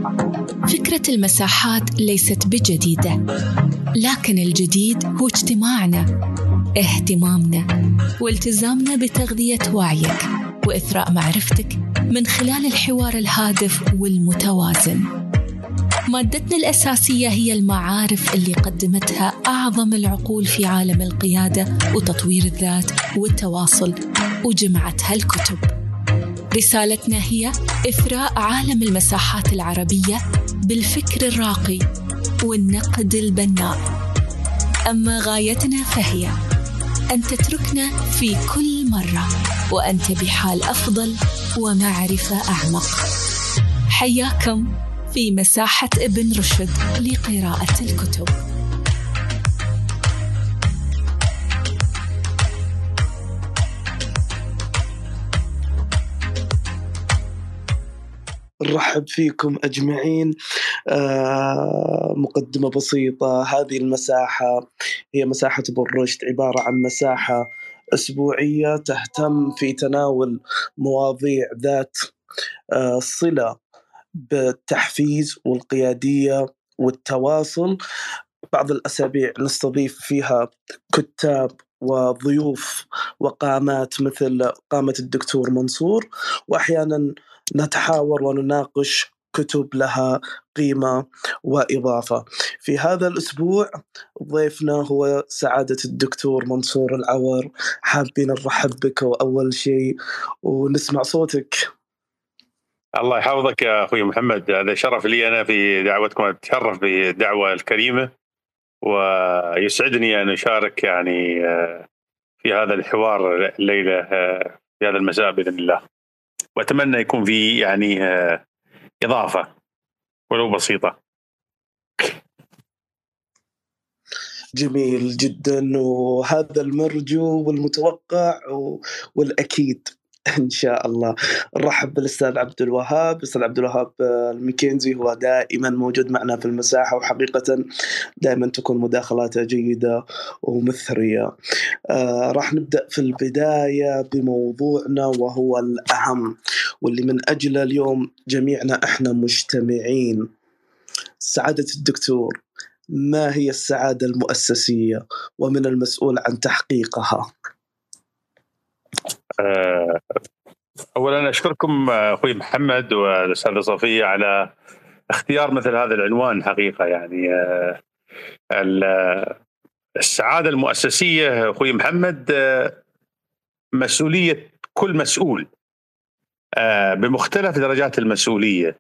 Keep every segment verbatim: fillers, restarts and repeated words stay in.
فكرة المساحات ليست بجديدة، لكن الجديد هو اجتماعنا، اهتمامنا والتزامنا بتغذية وعيك وإثراء معرفتك من خلال الحوار الهادف والمتوازن. مادتنا الأساسية هي المعارف اللي قدمتها أعظم العقول في عالم القيادة وتطوير الذات والتواصل، وجمعتها الكتب. رسالتنا هي إثراء عالم المساحات العربية بالفكر الراقي والنقد البناء. أما غايتنا فهي أن تتركنا في كل مرة وأنت بحال أفضل ومعرفة أعمق. حياكم في مساحة ابن رشد لقراءة الكتب. نرحب فيكم أجمعين. آه مقدمة بسيطة. هذه المساحة هي مساحة ابن رشد، عبارة عن مساحة أسبوعية تهتم في تناول مواضيع ذات آه صلة بالتحفيز والقيادية والتواصل. بعض الأسابيع نستضيف فيها كتاب وضيوف وقامات مثل قامة الدكتور منصور، وأحيانا نتحاور ونناقش كتب لها قيمة وإضافة. في هذا الأسبوع ضيفنا هو سعادة الدكتور منصور العور. حابين نرحب بك أول شيء ونسمع صوتك. الله يحفظك يا أخوي محمد، هذا شرف لي أنا في دعوتكم، أتشرف بالدعوة الكريمة ويسعدني أن أشارك يعني في هذا الحوار الليلة في هذا المساء بإذن الله، وأتمنى يكون في يعني إضافة ولو بسيطة. جميل جدا، وهذا المرجو والمتوقع والأكيد إن شاء الله. نرحب بالأستاذ عبد الوهاب. الأستاذ عبد الوهاب المكنزي هو دائما موجود معنا في المساحة، وحقيقة دائما تكون مداخلاته جيدة ومثرية. آه راح نبدأ في البداية بموضوعنا وهو الأهم واللي من أجله اليوم جميعنا إحنا مجتمعين. سعادة الدكتور، ما هي السعادة المؤسسية ومن المسؤول عن تحقيقها؟ أولا أشكركم أخوي محمد والأستاذة صفية على اختيار مثل هذا العنوان. حقيقة يعني السعادة المؤسسية أخوي محمد مسؤولية كل مسؤول بمختلف درجات المسؤولية،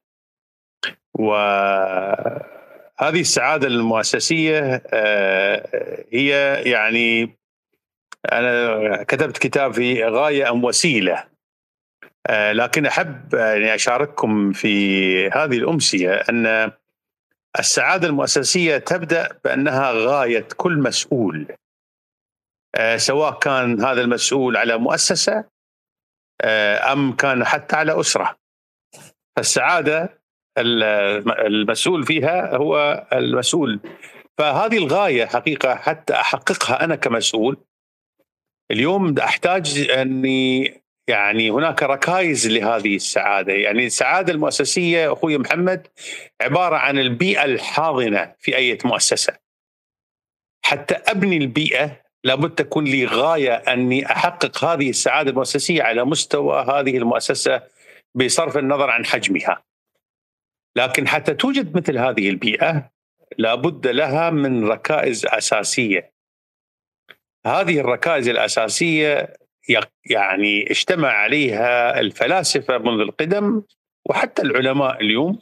وهذه السعادة المؤسسية هي يعني أنا كتبت كتاب في غاية أم وسيلة، لكن أحب أن أشارككم في هذه الأمسية أن السعادة المؤسسية تبدأ بأنها غاية كل مسؤول، سواء كان هذا المسؤول على مؤسسة أم كان حتى على أسرة. فالسعادة المسؤول فيها هو المسؤول. فهذه الغاية حقيقة حتى أحققها أنا كمسؤول اليوم أحتاج أني يعني هناك ركائز لهذه السعادة. يعني السعادة المؤسسية أخوي محمد عبارة عن البيئة الحاضنة في أي مؤسسة. حتى أبني البيئة لابد تكون لي غاية أني أحقق هذه السعادة المؤسسية على مستوى هذه المؤسسة بصرف النظر عن حجمها. لكن حتى توجد مثل هذه البيئة لابد لها من ركائز أساسية. هذه الركائز الأساسية يعني اجتمع عليها الفلاسفة منذ القدم وحتى العلماء اليوم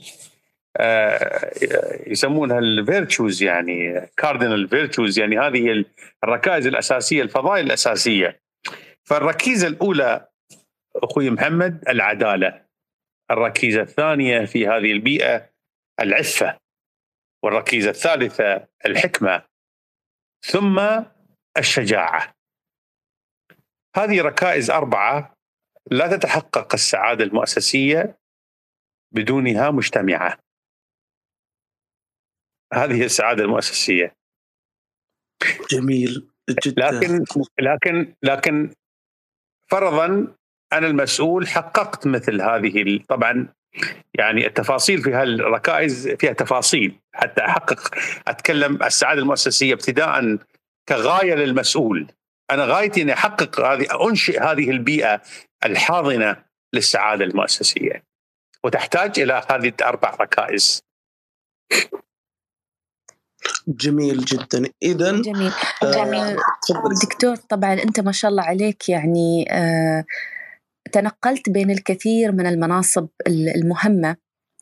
يسمونها الفيرتشوز، يعني كاردينال فيرتشوز، يعني هذه الركائز الأساسية، الفضائل الأساسية. فالركيزة الأولى أخوي محمد العدالة، الركيزة الثانية في هذه البيئة العفة، والركيزة الثالثة الحكمة، ثم الشجاعة. هذه ركائز أربعة لا تتحقق السعادة المؤسسية بدونها مجتمعة. هذه هي السعادة المؤسسية. جميل جدا. لكن لكن لكن فرضا أنا المسؤول حققت مثل هذه، طبعا يعني التفاصيل في هالركائز فيها تفاصيل حتى أحقق أتكلم السعادة المؤسسية ابتداء كغاية للمسؤول. أنا غايتي أن أحقق هذه، أنشئ هذه البيئة الحاضنة للسعادة المؤسسية، وتحتاج إلى هذه الأربع ركائز. جميل جدا. إذن جميل. آه دكتور، طبعا أنت ما شاء الله عليك يعني آه تنقلت بين الكثير من المناصب المهمة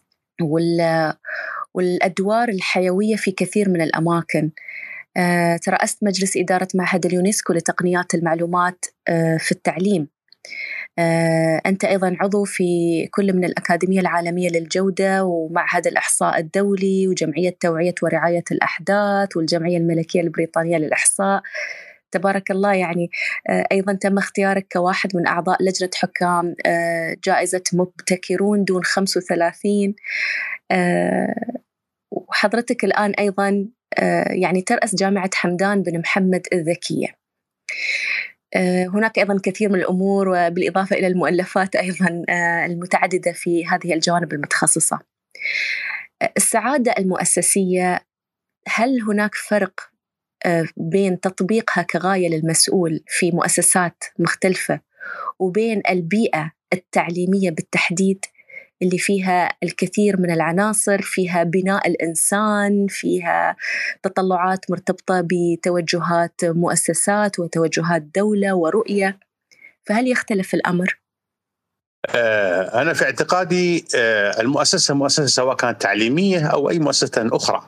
والأدوار الحيوية في كثير من الأماكن. آه ترأست مجلس إدارة معهد اليونسكو لتقنيات المعلومات آه في التعليم. آه أنت أيضاً عضو في كل من الأكاديمية العالمية للجودة ومعهد الإحصاء الدولي وجمعية توعية ورعاية الأحداث والجمعية الملكية البريطانية للإحصاء. تبارك الله. يعني آه أيضاً تم اختيارك كواحد من أعضاء لجنة حكام آه جائزة مبتكرون دون خمس وثلاثين. آه وحضرتك الآن أيضاً آه يعني ترأس جامعة حمدان بن محمد الذكية. هناك أيضاً كثير من الأمور، وبالإضافة إلى المؤلفات أيضاً المتعددة في هذه الجوانب المتخصصة. السعادة المؤسسية، هل هناك فرق بين تطبيقها كغاية للمسؤول في مؤسسات مختلفة وبين البيئة التعليمية بالتحديد اللي فيها الكثير من العناصر، فيها بناء الإنسان، فيها تطلعات مرتبطة بتوجهات مؤسسات وتوجهات دولة ورؤية، فهل يختلف الأمر؟ أنا في اعتقادي المؤسسة مؤسسة سواء كانت تعليمية أو أي مؤسسة أخرى،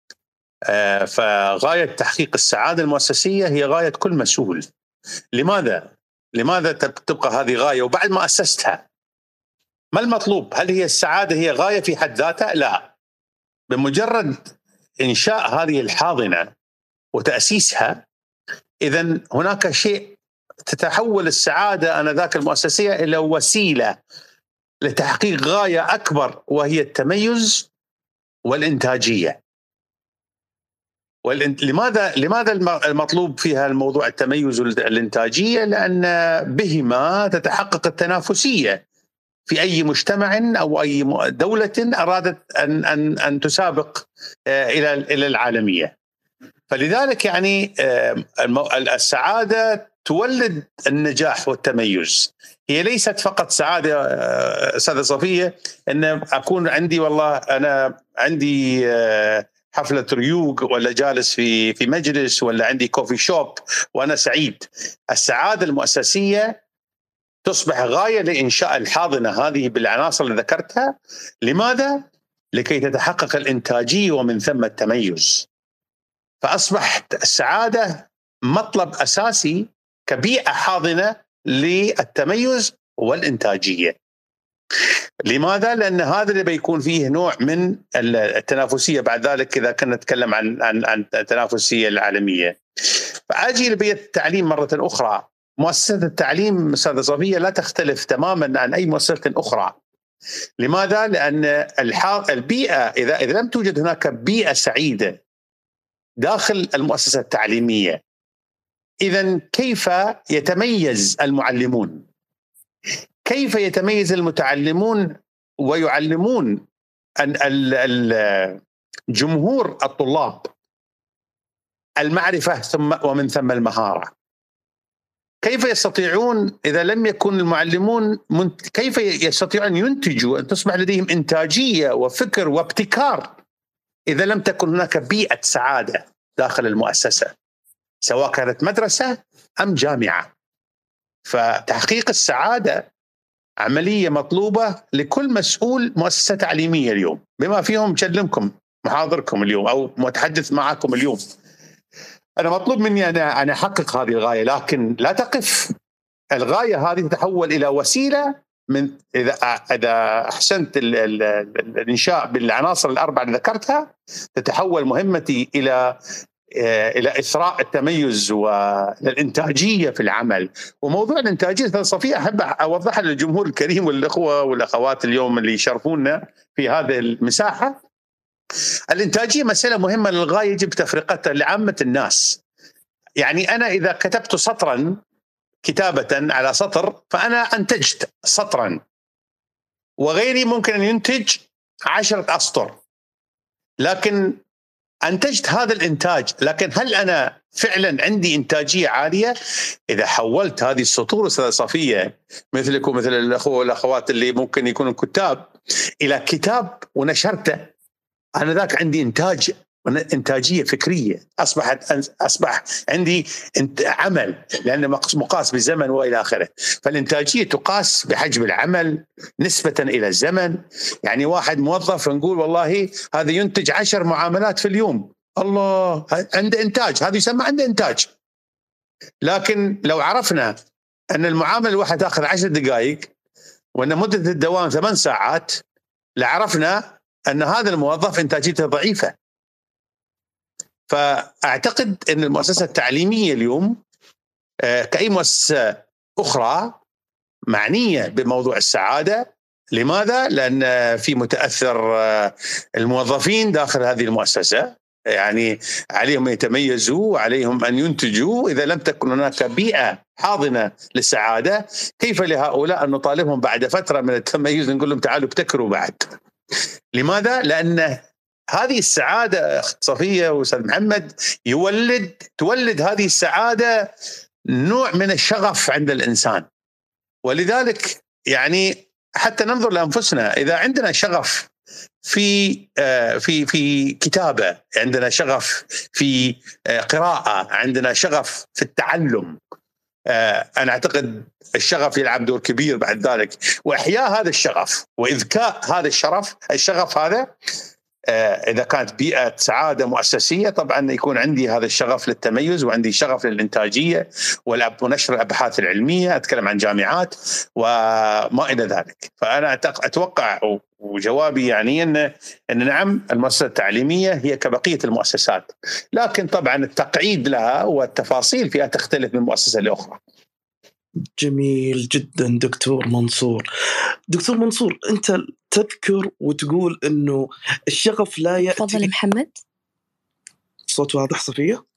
فغاية تحقيق السعادة المؤسسية هي غاية كل مسؤول. لماذا؟ لماذا تبقى هذه غاية وبعد ما أسستها؟ ما المطلوب؟ هل هي السعادة هي غاية في حد ذاتها؟ لا. بمجرد إنشاء هذه الحاضنة وتأسيسها، إذن هناك شيء تتحول السعادة آنذاك المؤسسية إلى وسيلة لتحقيق غاية أكبر، وهي التميز والإنتاجية. والإنت... لماذا لماذا المطلوب فيها الموضوع التميز والإنتاجية؟ لأن بهما تتحقق التنافسية في أي مجتمع أو أي دولة أرادت أن أن أن تسابق إلى إلى العالمية. فلذلك يعني السعادة تولد النجاح والتميز. هي ليست فقط سعادة أستاذة صفية أن أكون عندي والله أنا عندي حفلة ريوق ولا جالس في في مجلس ولا عندي كوفي شوب وأنا سعيد. السعادة المؤسسية تصبح غاية لإنشاء الحاضنة هذه بالعناصر اللي ذكرتها. لماذا؟ لكي تتحقق الإنتاجية ومن ثم التميز. فأصبحت السعادة مطلب أساسي كبيئة حاضنة للتميز والإنتاجية. لماذا؟ لأن هذا اللي بيكون فيه نوع من التنافسية بعد ذلك إذا كنا نتكلم عن عن عن التنافسية العالمية. فأجي لبيئة التعليم مرة أخرى. مؤسسة التعليم أستاذة صفية لا تختلف تماما عن أي مؤسسة أخرى. لماذا؟ لأن البيئة إذا إذا لم توجد هناك بيئة سعيدة داخل المؤسسة التعليمية، إذن كيف يتميز المعلمون؟ كيف يتميز المتعلمون ويعلمون جمهور الطلاب المعرفة ثم ومن ثم المهارة؟ كيف يستطيعون إذا لم يكن المعلمون منت... كيف يستطيعون أن ينتجوا، أن تصبح لديهم إنتاجية وفكر وابتكار إذا لم تكن هناك بيئة سعادة داخل المؤسسة سواء كانت مدرسة أم جامعة؟ فتحقيق السعادة عملية مطلوبة لكل مسؤول مؤسسة تعليمية اليوم، بما فيهم مكلمكم محاضركم اليوم أو متحدث معكم اليوم. أنا مطلوب مني أنا أن أحقق هذه الغاية، لكن لا تقف الغاية هذه تتحول إلى وسيلة. من إذا إذا أحسنت ال ال الإنشاء بالعناصر الأربعة اللي ذكرتها، تتحول مهمتي إلى إلى إثراء التميز والإنتاجية في العمل. وموضوع الإنتاجية الصفية أحب أوضحها للجمهور الكريم والأخوة والأخوات اليوم اللي يشرفونا في هذه المساحة. الإنتاجية مسألة مهمة للغاية، يجب تفرقتها لعامة الناس. يعني أنا إذا كتبت سطرا كتابة على سطر فأنا أنتجت سطرا، وغيري ممكن أن ينتج عشرة أسطر، لكن أنتجت هذا الإنتاج، لكن هل أنا فعلا عندي إنتاجية عالية؟ إذا حولت هذه السطور أستاذة صفية مثلك ومثل الأخوة والأخوات اللي ممكن يكونوا كتاب إلى كتاب ونشرته، أنا ذاك عندي إنتاج، إنتاجية فكرية، أصبحت أصبح عندي عمل، لأنه مقاس بالزمن وإلى آخره. فالإنتاجية تقاس بحجم العمل نسبة إلى الزمن. يعني واحد موظف نقول والله هذا ينتج عشر معاملات في اليوم، الله عنده إنتاج، هذا يسمى عنده إنتاج. لكن لو عرفنا أن المعاملة الواحد تأخذ عشر دقائق وأن مدة الدوام ثمان ساعات، لعرفنا أن هذا الموظف إنتاجيته ضعيفة. فأعتقد أن المؤسسة التعليمية اليوم كأي مؤسسة أخرى معنية بموضوع السعادة. لماذا؟ لأن في متأثر الموظفين داخل هذه المؤسسة، يعني عليهم يتميزوا وعليهم أن ينتجوا. إذا لم تكن هناك بيئة حاضنة للسعادة، كيف لهؤلاء أن نطالبهم بعد فترة من التميز نقول لهم تعالوا ابتكروا بعد؟ لماذا؟ لأن هذه السعادة صفية وأستاذ محمد يولد تولد هذه السعادة نوع من الشغف عند الإنسان. ولذلك يعني حتى ننظر لأنفسنا، إذا عندنا شغف في في في كتابة، عندنا شغف في قراءة، عندنا شغف في التعلم، أنا أعتقد الشغف يلعب دور كبير بعد ذلك. وإحياء هذا الشغف وإذكاء هذا الشغف الشغف هذا إذا كانت بيئة سعادة مؤسسية، طبعا يكون عندي هذا الشغف للتميز، وعندي شغف للإنتاجية ونشر الأبحاث العلمية، أتكلم عن جامعات وما إلى ذلك. فأنا أتوقع وجوابي يعني أن, أن نعم المؤسسة التعليمية هي كبقية المؤسسات، لكن طبعا التقعيد لها والتفاصيل فيها تختلف من مؤسسة لأخرى. جميل جدا دكتور منصور. دكتور منصور، أنت تذكر وتقول إنه الشغف لا يأتي. تفضل محمد. صوت واضح صفية؟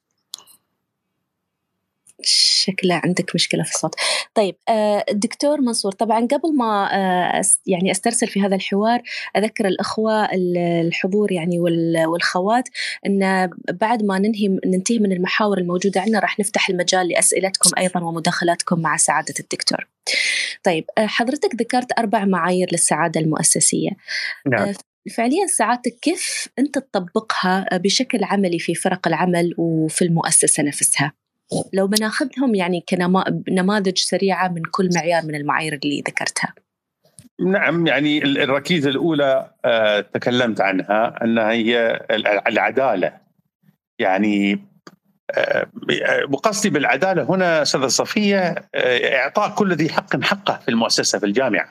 شكله عندك مشكلة في الصوت. طيب دكتور منصور، طبعا قبل ما يعني أسترسل في هذا الحوار أذكر الأخوة الحضور يعني والخوات أن بعد ما ننهي ننتهي من المحاور الموجودة عندنا راح نفتح المجال لأسئلتكم أيضا ومداخلاتكم مع سعادة الدكتور. طيب حضرتك ذكرت أربع معايير للسعادة المؤسسية. نعم. فعليا سعادتك كيف أنت تطبقها بشكل عملي في فرق العمل وفي المؤسسة نفسها؟ لو بناخذهم يعني كنماذج سريعة من كل معيار من المعايير اللي ذكرتها. نعم، يعني الركيزة الأولى آه تكلمت عنها، أنها هي العدالة. يعني آه وقصدي بالعدالة هنا أستاذة صفية آه إعطاء كل ذي حق حقه في المؤسسة في الجامعة،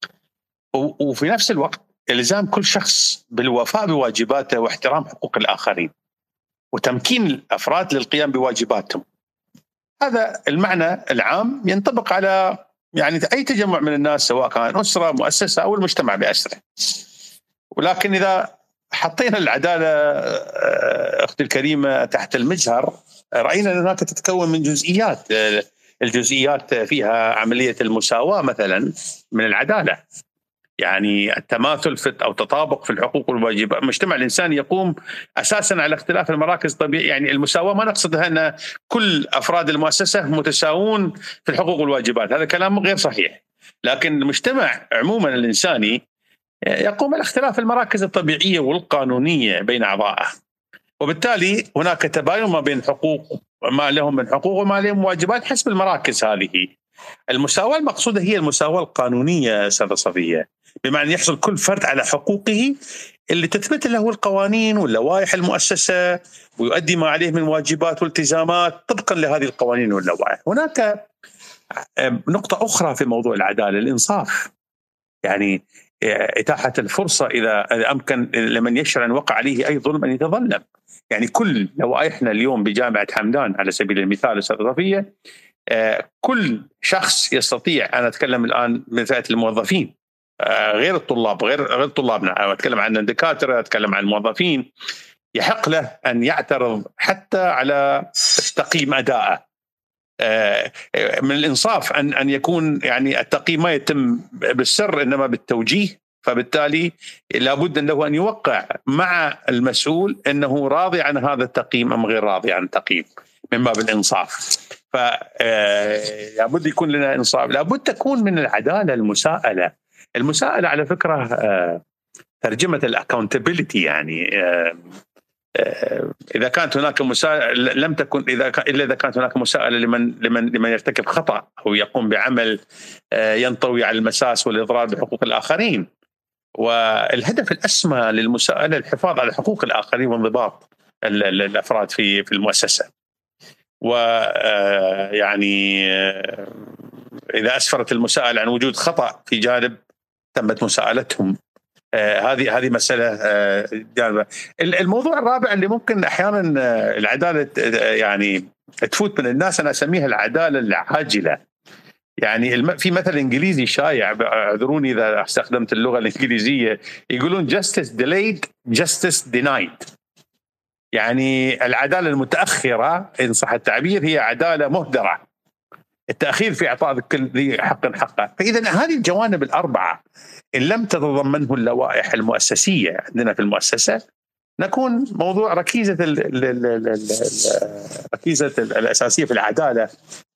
وفي نفس الوقت إلزام كل شخص بالوفاء بواجباته واحترام حقوق الآخرين، وتمكين الأفراد للقيام بواجباتهم. هذا المعنى العام ينطبق على يعني أي تجمع من الناس، سواء كان أسرة مؤسسة أو المجتمع بأسره. ولكن إذا حطينا العدالة أختي الكريمة تحت المجهر، رأينا أن هناك تتكون من جزئيات. الجزئيات فيها عملية المساواة مثلا من العدالة، يعني التماثل في أو تطابق في الحقوق والواجبات. المجتمع الإنساني يقوم أساساً على اختلاف المراكز الطبيعية. يعني المساواة ما نقصدها أن كل أفراد المؤسسة متساوون في الحقوق والواجبات، هذا كلام غير صحيح. لكن المجتمع عموماً الإنساني يقوم على اختلاف المراكز الطبيعية والقانونية بين أعضائه، وبالتالي هناك تباين ما بين حقوق ما لهم من حقوق وما لهم واجبات حسب المراكز هذه. المساواة المقصودة هي المساواة القانونية أستاذة صفية، بمعنى يحصل كل فرد على حقوقه اللي تثبت له القوانين واللوائح المؤسسة، ويؤدي ما عليه من واجبات والتزامات طبقا لهذه القوانين واللوائح. هناك نقطة أخرى في موضوع العدالة، الإنصاف. يعني إتاحة الفرصة إذا أمكن لمن يشعر أن وقع عليه أي ظلم أن يتظلم. يعني كل لوائحنا اليوم بجامعة حمدان على سبيل المثال أستاذة صفية، كل شخص يستطيع، أنا أتكلم الآن من فئة الموظفين غير الطلاب، غير غير طلابنا، أتكلم عن الدكاترة، أتكلم عن الموظفين، يحق له أن يعترض حتى على تقييم أداءه من الإنصاف أن أن يكون يعني التقييم ما يتم بالسر إنما بالتوجيه، فبالتالي لابد له أن يوقع مع المسؤول أنه راضي عن هذا التقييم أم غير راضي عن التقييم من باب الإنصاف. فلابد يكون لنا إنصاف، لابد تكون من العدالة المساءلة. المساءلة على فكرة ترجمة الأكاونتابيلتي، يعني إذا كانت هناك مساءلة لم تكن إذا إلا إذا كانت هناك مساءلة لمن لمن لمن يرتكب خطأ أو يقوم بعمل ينطوي على المساس والإضرار بحقوق الآخرين. والهدف الأسمى للمساءلة الحفاظ على حقوق الآخرين وانضباط الأفراد في في المؤسسة. ويعني إذا أسفرت المساءلة عن وجود خطأ في جانب تمت مساءلتهم، هذه آه هذه مسألة آه جانبة. الموضوع الرابع اللي ممكن أحيانا آه العدالة آه يعني تفوت من الناس، أنا أسميها العدالة العاجلة. يعني في مثل إنجليزي شائع، اعذروني إذا استخدمت اللغة الإنجليزية، يقولون justice delayed justice denied. يعني العدالة المتأخرة إن صح التعبير هي عدالة مهدرة، التأخير في إعطاء كل ذي حق حقه. فإذا هذه الجوانب الأربعة إن لم تتضمنه اللوائح المؤسسية عندنا في المؤسسة، نكون موضوع ركيزة ال ال ال ال ال ركيزة الأساسية في العدالة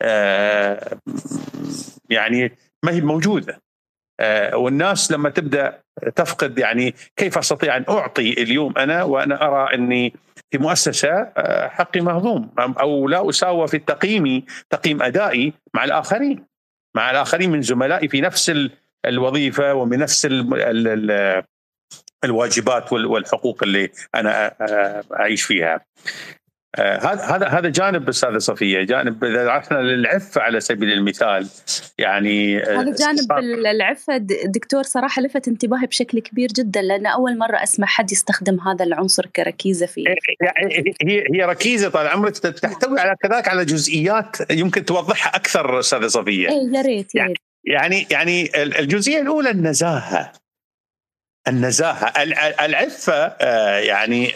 يعني ما هي موجودة. والناس لما تبدأ تفقد يعني كيف أستطيع أن أعطي اليوم أنا وأنا أرى أني في مؤسسة حقي مهضوم، أو لا أساوى في التقييم تقييم أدائي مع الآخرين مع الآخرين من زملائي في نفس الوظيفة ومن نفس الواجبات والحقوق اللي أنا أعيش فيها. هذا هذا هذا جانب أستاذة صفية. جانب إذا رحنا للعفة على سبيل المثال، يعني هذا جانب العفة دكتور صراحة لفت انتباهي بشكل كبير جدا، لأن أول مرة أسمع حد يستخدم هذا العنصر كركيزة فيه. يعني هي هي ركيزة طال عمرك تحتوي على كذاك على جزئيات يمكن توضحها أكثر أستاذة صفية. إيه يا ريت. يعني يعني يعني الجزئية الأولى النزاهة. النزاهة العفة يعني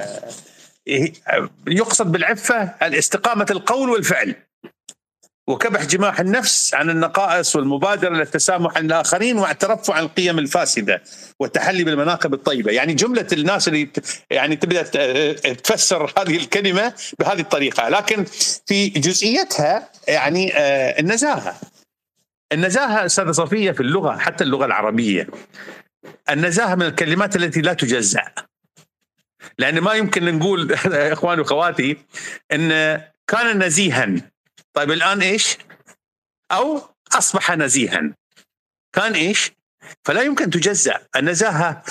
يقصد بالعفة الاستقامة القول والفعل، وكبح جماح النفس عن النقائص والمبادرة للتسامح عن الآخرين واعترفوا عن القيم الفاسدة والتحلي بالمناقب الطيبة. يعني جملة الناس اللي يعني تبدأ تفسر هذه الكلمة بهذه الطريقة، لكن في جزئيتها يعني النزاهة. النزاهة أستاذة صفية في اللغة حتى اللغة العربية، النزاهة من الكلمات التي لا تجزأ، لأن ما يمكن نقول إخواني وأخواتي إن كان نزيها، طيب الآن إيش؟ أو أصبح نزيها، كان إيش؟ فلا يمكن تجزأ. النزاهة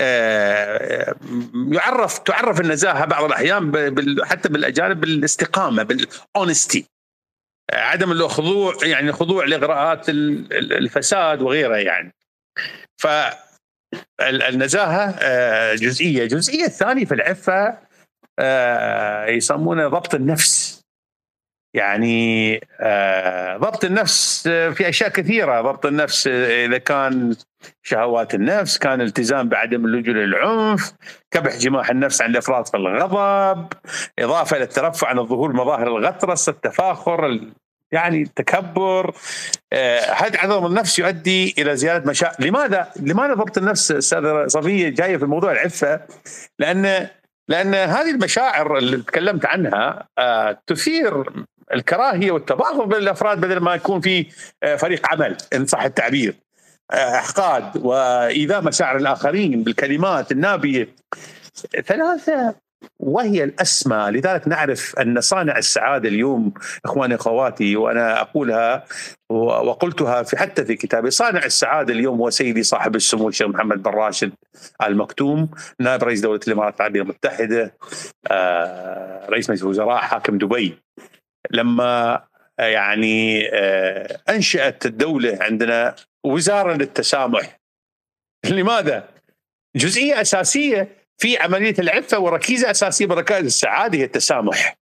يعرف تعرف النزاهة بعض الأحيان حتى بالأجانب بالاستقامة، بالأونستي، عدم الخضوع، يعني خضوع لإغراءات الفساد وغيرها. يعني ف النزاهة جزئية. جزئية الثانية في العفة يسمونه ضبط النفس. يعني ضبط النفس في أشياء كثيرة. ضبط النفس إذا كان شهوات النفس، كان التزام بعدم اللجوء للعنف، كبح جماح النفس عن الإفراط في الغضب، إضافة إلى الترفع عن الظهور مظاهر الغطرسة، التفاخر، يعني التكبر. هذا عدم النفس يؤدي إلى زيادة مشاعر. لماذا لماذا ضبط النفس أستاذة صفية جاية في موضوع العفة؟ لأن لأن هذه المشاعر اللي تكلمت عنها تثير الكراهية والتباغض بين الأفراد، بدل ما يكون في فريق عمل إن صح التعبير، إحقاد وإيذاء مشاعر الآخرين بالكلمات النابية. ثلاثة وهي الأسمى. لذلك نعرف أن صانع السعادة اليوم إخواني أخواتي، وأنا أقولها وقلتها في حتى في كتابي، صانع السعادة اليوم هو سيدي صاحب السمو الشيخ محمد بن راشد آل مكتوم، نائب رئيس دولة الإمارات العربية المتحدة، رئيس مجلس الوزراء، حاكم دبي. لما يعني أنشأت الدولة عندنا وزارة للتسامح. لماذا؟ جزئية أساسية في عملية العفة وركيزة أساسية بركائز السعادة هي التسامح.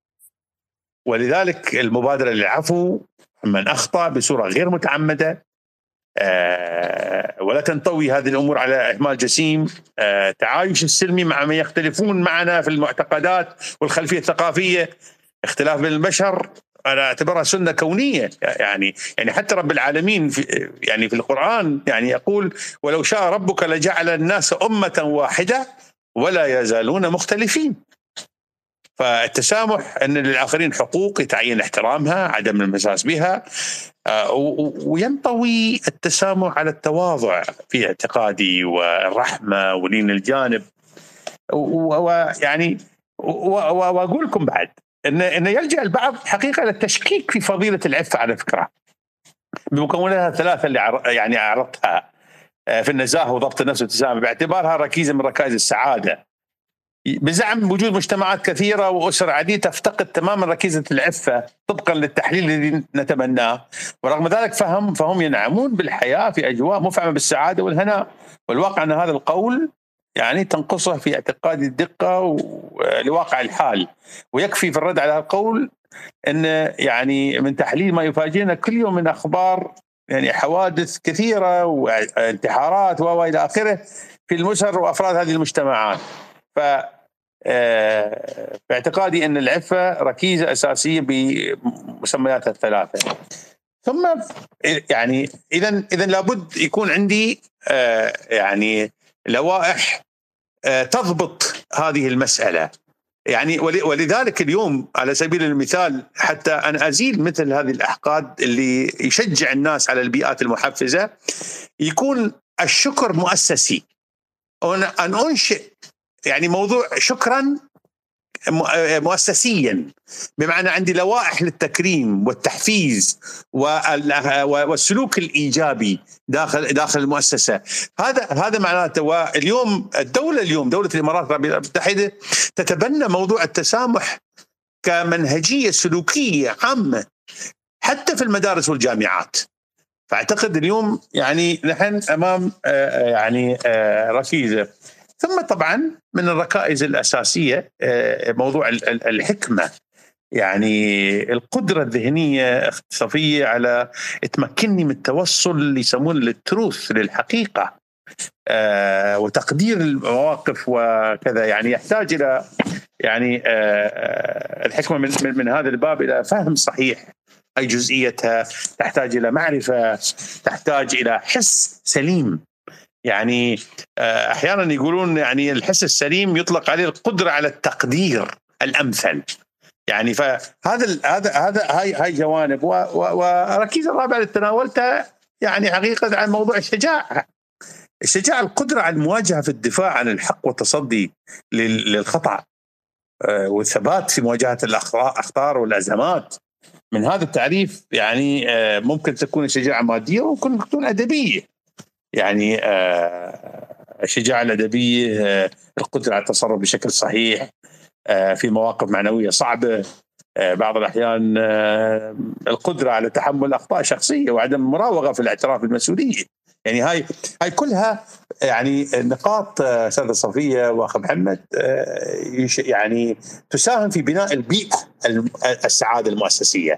ولذلك المبادرة للعفو من أخطأ بصورة غير متعمدة، آه ولا تنطوي هذه الأمور على إهمال جسيم، آه تعايش السلمي مع من يختلفون معنا في المعتقدات والخلفية الثقافية، اختلاف بين البشر أنا أعتبرها سنة كونية. يعني يعني حتى رب العالمين في يعني في القرآن يعني يقول ولو شاء ربك لجعل الناس أمة واحدة ولا يزالون مختلفين. فالتسامح أن للآخرين حقوق يتعين احترامها، عدم المساس بها، وينطوي التسامح على التواضع في اعتقادي والرحمة ولين الجانب. ويعني وأقول لكم بعد إن إن يلجأ البعض حقيقة للتشكيك في فضيلة العفة على فكرة بمكوناتها الثلاثة اللي يعني عرضتها في النزاهة وضبط النفس والتسامح باعتبارها ركيزة من ركائز السعادة، بزعم وجود مجتمعات كثيرة وأسر عديدة تفتقد تماما ركيزة العفة طبقا للتحليل الذي نتمناه، ورغم ذلك فهم فهم ينعمون بالحياة في أجواء مفعمة بالسعادة والهناء. والواقع أن هذا القول يعني تنقصه في اعتقاد الدقة لواقع الحال. ويكفي في الرد على هذا القول أن يعني من تحليل ما يفاجئنا كل يوم من أخبار يعني حوادث كثيرة وانتحارات وإلى آخره في الأسر وأفراد هذه المجتمعات. ف باعتقادي أن العفة ركيزة أساسية بمسمياتها الثلاثة. ثم يعني إذن إذن لابد يكون عندي يعني لوائح تضبط هذه المسألة. يعني ولذلك اليوم على سبيل المثال حتى أن أزيل مثل هذه الأحقاد اللي يشجع الناس على البيئات المحفزة، يكون الشكر مؤسسي، أن أنشئ يعني موضوع شكرا مؤسسيا، بمعنى عندي لوائح للتكريم والتحفيز والسلوك الإيجابي داخل داخل المؤسسة. هذا هذا معناته. واليوم الدولة اليوم دولة الإمارات العربية المتحدة تتبنى موضوع التسامح كمنهجية سلوكية عامة حتى في المدارس والجامعات. فأعتقد اليوم يعني نحن أمام يعني ركيزة. ثم طبعا من الركائز الأساسية موضوع الحكمة، يعني القدرة الذهنية اختصاصية على تمكنني من التوصل اللي يسمون للتروث للحقيقة وتقدير المواقف وكذا. يعني يحتاج إلى يعني الحكمة من, من هذا الباب إلى فهم صحيح أي جزئيتها، تحتاج إلى معرفة، تحتاج إلى حس سليم. يعني أحيانا يقولون يعني الحس السليم يطلق عليه القدرة على التقدير الأمثل. يعني فهذا هذا هذا هاي هاي جوانب. وركيزة الرابعة اللي تناولتها يعني حقيقة عن موضوع الشجاعة. الشجاعة القدرة على المواجهة في الدفاع عن الحق والتصدي للخطأ والثبات في مواجهة الأخطار والأزمات. من هذا التعريف يعني ممكن تكون الشجاعة مادية وممكن تكون أدبية. يعني الشجاعة الأدبية القدرة على التصرف بشكل صحيح في مواقف معنوية صعبة، بعض الأحيان القدرة على تحمل أخطاء شخصية وعدم المراوغة في الاعتراف بالمسؤولية. يعني هاي هاي كلها يعني نقاط أستاذة صفية وأخ محمد يعني تساهم في بناء البيئة السعادة المؤسسية.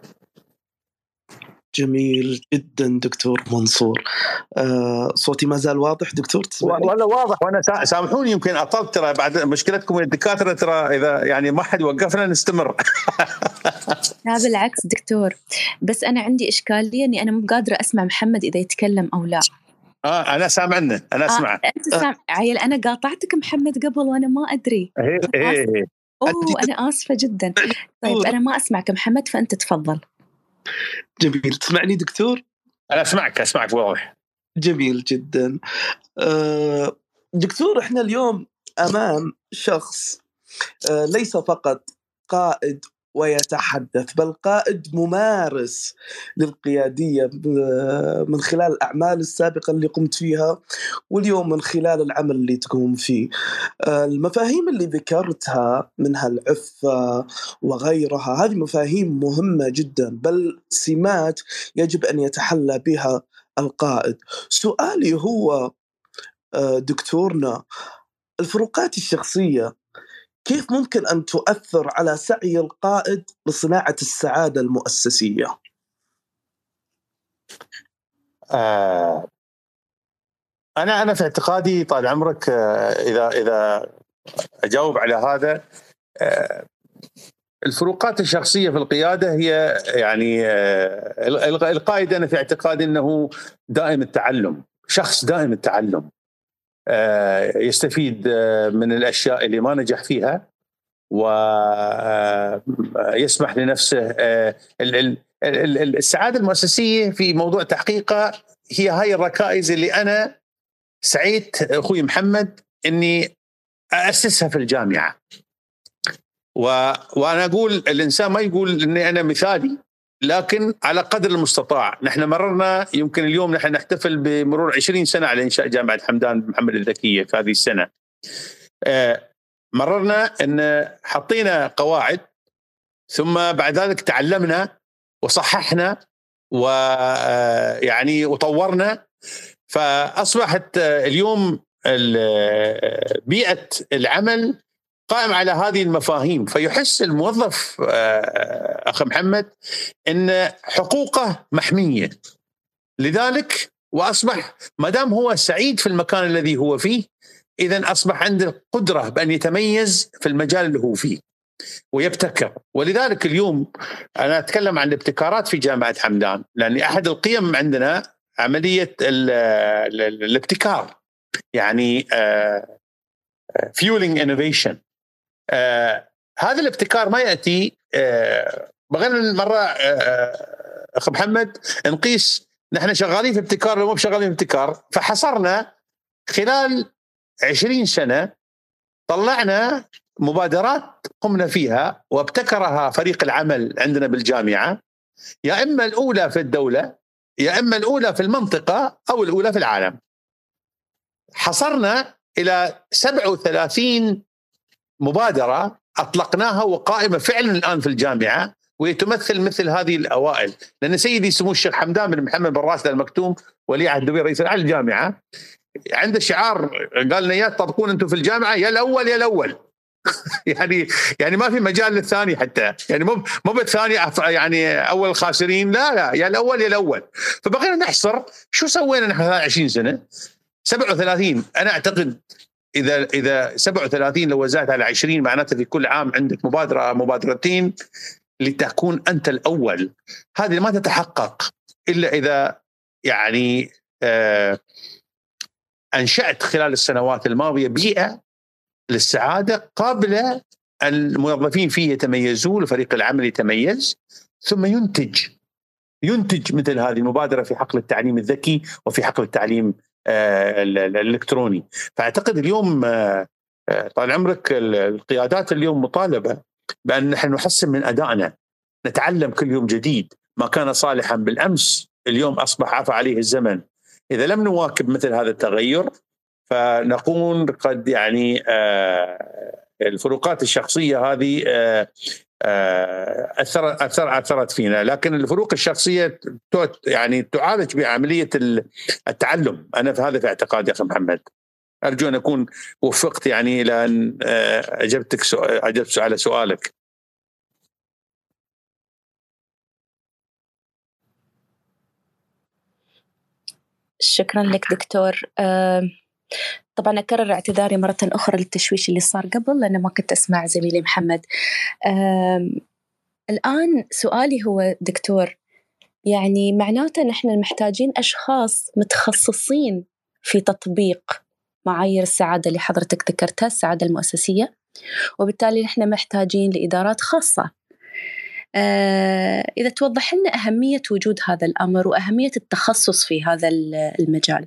جميل جدا دكتور منصور. أه صوتي ما زال واضح دكتور؟ تسمعني؟ والله واضح. وانا سامحوني يمكن اطلت، ترى بعد مشكلتكم الدكاتره ترى اذا يعني ما حد وقفنا نستمر. لا بالعكس دكتور، بس انا عندي اشكاليه اني انا مو قادره اسمع محمد اذا يتكلم او لا. اه انا سامعنا، انا اسمع. آه انت سامع عيل. انا قاطعتك محمد قبل وانا ما ادري. ايه ايه اوه انا اسفه جدا. طيب انا ما اسمعك محمد، فانت تفضل. جميل. تسمعني دكتور؟ أنا أسمعك أسمعك واضح. جميل جدا. أه دكتور، إحنا اليوم أمام شخص أه ليس فقط قائد ويتحدث، بل قائد ممارس للقيادية من خلال الأعمال السابقة اللي قمت فيها واليوم من خلال العمل اللي تقوم فيه. المفاهيم اللي ذكرتها منها العفة وغيرها هذه مفاهيم مهمة جدا، بل سمات يجب أن يتحلى بها القائد. سؤالي هو دكتورنا، الفروقات الشخصية كيف ممكن أن تؤثر على سعي القائد لصناعة السعادة المؤسسية؟ آه أنا أنا في اعتقادي طال عمرك، آه إذا إذا أجاوب على هذا، آه الفروقات الشخصية في القيادة هي يعني القائد أنا في اعتقادي أنه دائم التعلم، شخص دائم التعلم، يستفيد من الأشياء اللي ما نجح فيها ويسمح لنفسه. السعادة المؤسسية في موضوع تحقيقها هي هاي الركائز اللي أنا سعيت أخوي محمد أني أأسسها في الجامعة. و... وأنا أقول الإنسان ما يقول أني أنا مثالي، لكن على قدر المستطاع. نحن مررنا يمكن اليوم نحن نحتفل بمرور عشرين سنة على إنشاء جامعة حمدان بن محمد الذكية في هذه السنة. آه مررنا أن حطينا قواعد، ثم بعد ذلك تعلمنا وصححنا ويعني وطورنا، فأصبحت اليوم بيئة العمل قائم على هذه المفاهيم، فيحس الموظف أخ محمد أن حقوقه محمية. لذلك وأصبح ما دام هو سعيد في المكان الذي هو فيه، إذن أصبح عنده القدرة بأن يتميز في المجال اللي هو فيه ويبتكر. ولذلك اليوم أنا أتكلم عن الابتكارات في جامعة حمدان، لأن أحد القيم عندنا عملية الابتكار، يعني fueling innovation. آه هذا الابتكار ما يأتي آه بغينا مرة آه أخ محمد نقيس نحن شغالين في ابتكار ولا مو شغالين في ابتكار. فحصرنا خلال عشرين سنة طلعنا مبادرات قمنا فيها وابتكرها فريق العمل عندنا بالجامعة، يا إما الأولى في الدولة يا إما الأولى في المنطقة أو الأولى في العالم. حصرنا إلى سبعة وثلاثين مبادرة أطلقناها وقائمة فعلا الآن في الجامعة، ويتمثل مثل هذه الأوائل. لأن سيدي سمو الشيخ حمدان بن محمد بن راشد المكتوم ولي عهد النبي رئيس العام الجامعة عنده شعار قال لنا يا تطبقون أنتم في الجامعة يا الأول يا الأول. يعني يعني ما في مجال للثاني حتى، يعني مو مو بالثاني يعني أول الخاسرين، لا لا يا الأول يا الأول. فبقينا نحصر شو سوينا نحن عشرين سنة. سبعة وثلاثين أنا أعتقد إذا إذا سبعة وثلاثين لو وزعت على عشرين معناته في كل عام عندك مبادرة مبادرتين لتكون أنت الأول. هذه ما تتحقق إلا إذا يعني آه أنشأت خلال السنوات الماضية بيئة للسعادة قابلة الموظفين فيه يتميزون وفريق العمل يتميز، ثم ينتج ينتج مثل هذه المبادرة في حقل التعليم الذكي وفي حقل التعليم آه الإلكتروني. فأعتقد اليوم آه طال عمرك القيادات اليوم مطالبة بأن نحن نحسن من أدائنا، نتعلم كل يوم جديد. ما كان صالحا بالأمس اليوم أصبح عفى عليه الزمن. إذا لم نواكب مثل هذا التغير فنكون قد يعني آه الفروقات الشخصية هذه آه أثرت أثر أثرت فينا، لكن الفروق الشخصية يعني تعالج بعملية التعلم. أنا في هذا في اعتقادي يا أخي محمد. أرجو أن أكون وفقت يعني إلى أن أجبتك سؤال أجبت على سؤالك. شكرا لك دكتور. طبعا أكرر اعتذاري مرة أخرى للتشويش اللي صار قبل، لأنه ما كنت أسمع زميلي محمد. الآن سؤالي هو دكتور، يعني معناته نحن محتاجين أشخاص متخصصين في تطبيق معايير السعادة اللي حضرتك ذكرتها، السعادة المؤسسية، وبالتالي نحن محتاجين لإدارات خاصة. آه إذا توضح لنا أهمية وجود هذا الأمر وأهمية التخصص في هذا المجال.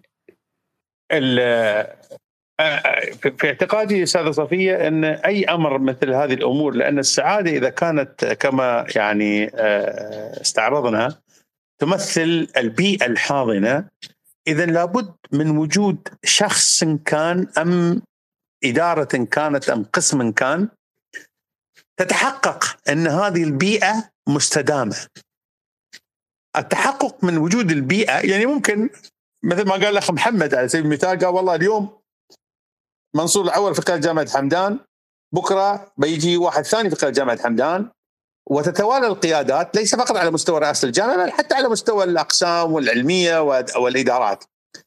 في اعتقادي أستاذة صفية أن أي أمر مثل هذه الأمور، لأن السعادة إذا كانت كما يعني استعرضنا تمثل البيئة الحاضنة، إذا لابد من وجود شخص كان أم إدارة كانت أم قسم كان تتحقق أن هذه البيئة مستدامة. التحقق من وجود البيئة يعني ممكن مثل ما قال الأخ محمد على سبيل المثال، قال والله اليوم منصور الأول في قيادة جامعة حمدان، بكرة بيجي واحد ثاني في قيادة جامعة حمدان، وتتوالى القيادات ليس فقط على مستوى رئاسة الجامعة بل حتى على مستوى الأقسام والعلمية والإدارات.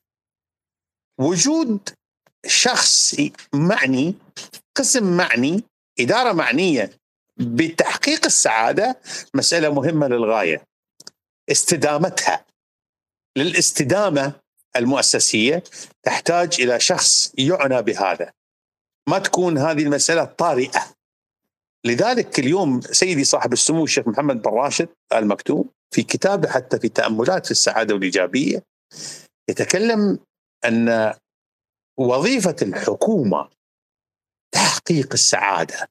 وجود شخص معني، قسم معني، إدارة معنية بتحقيق السعادة مسألة مهمة للغاية، استدامتها. للاستدامة المؤسسية تحتاج إلى شخص يعنى بهذا، ما تكون هذه المسألة طارئة. لذلك اليوم سيدي صاحب السمو الشيخ محمد بن راشد آل مكتوم في كتابه حتى في تأملات في السعادة والإيجابية يتكلم أن وظيفة الحكومة تحقيق السعادة،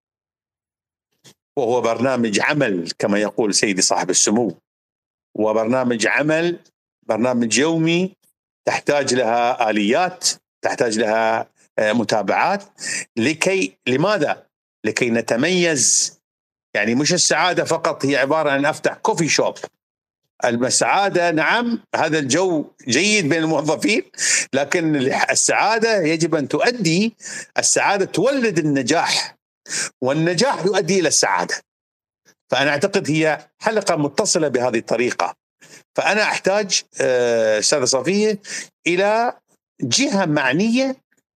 وهو برنامج عمل كما يقول سيدي صاحب السمو، وبرنامج عمل برنامج يومي تحتاج لها آليات، تحتاج لها متابعات. لكي لماذا؟ لكي نتميز. يعني مش السعادة فقط هي عبارة عن أفتح كوفي شوب. السعادة نعم هذا الجو جيد بين الموظفين، لكن السعادة يجب أن تؤدي، السعادة تولد النجاح، والنجاح يؤدي إلى السعادة. فأنا أعتقد هي حلقة متصلة بهذه الطريقة. فأنا أحتاج أستاذة صفية إلى جهة معنية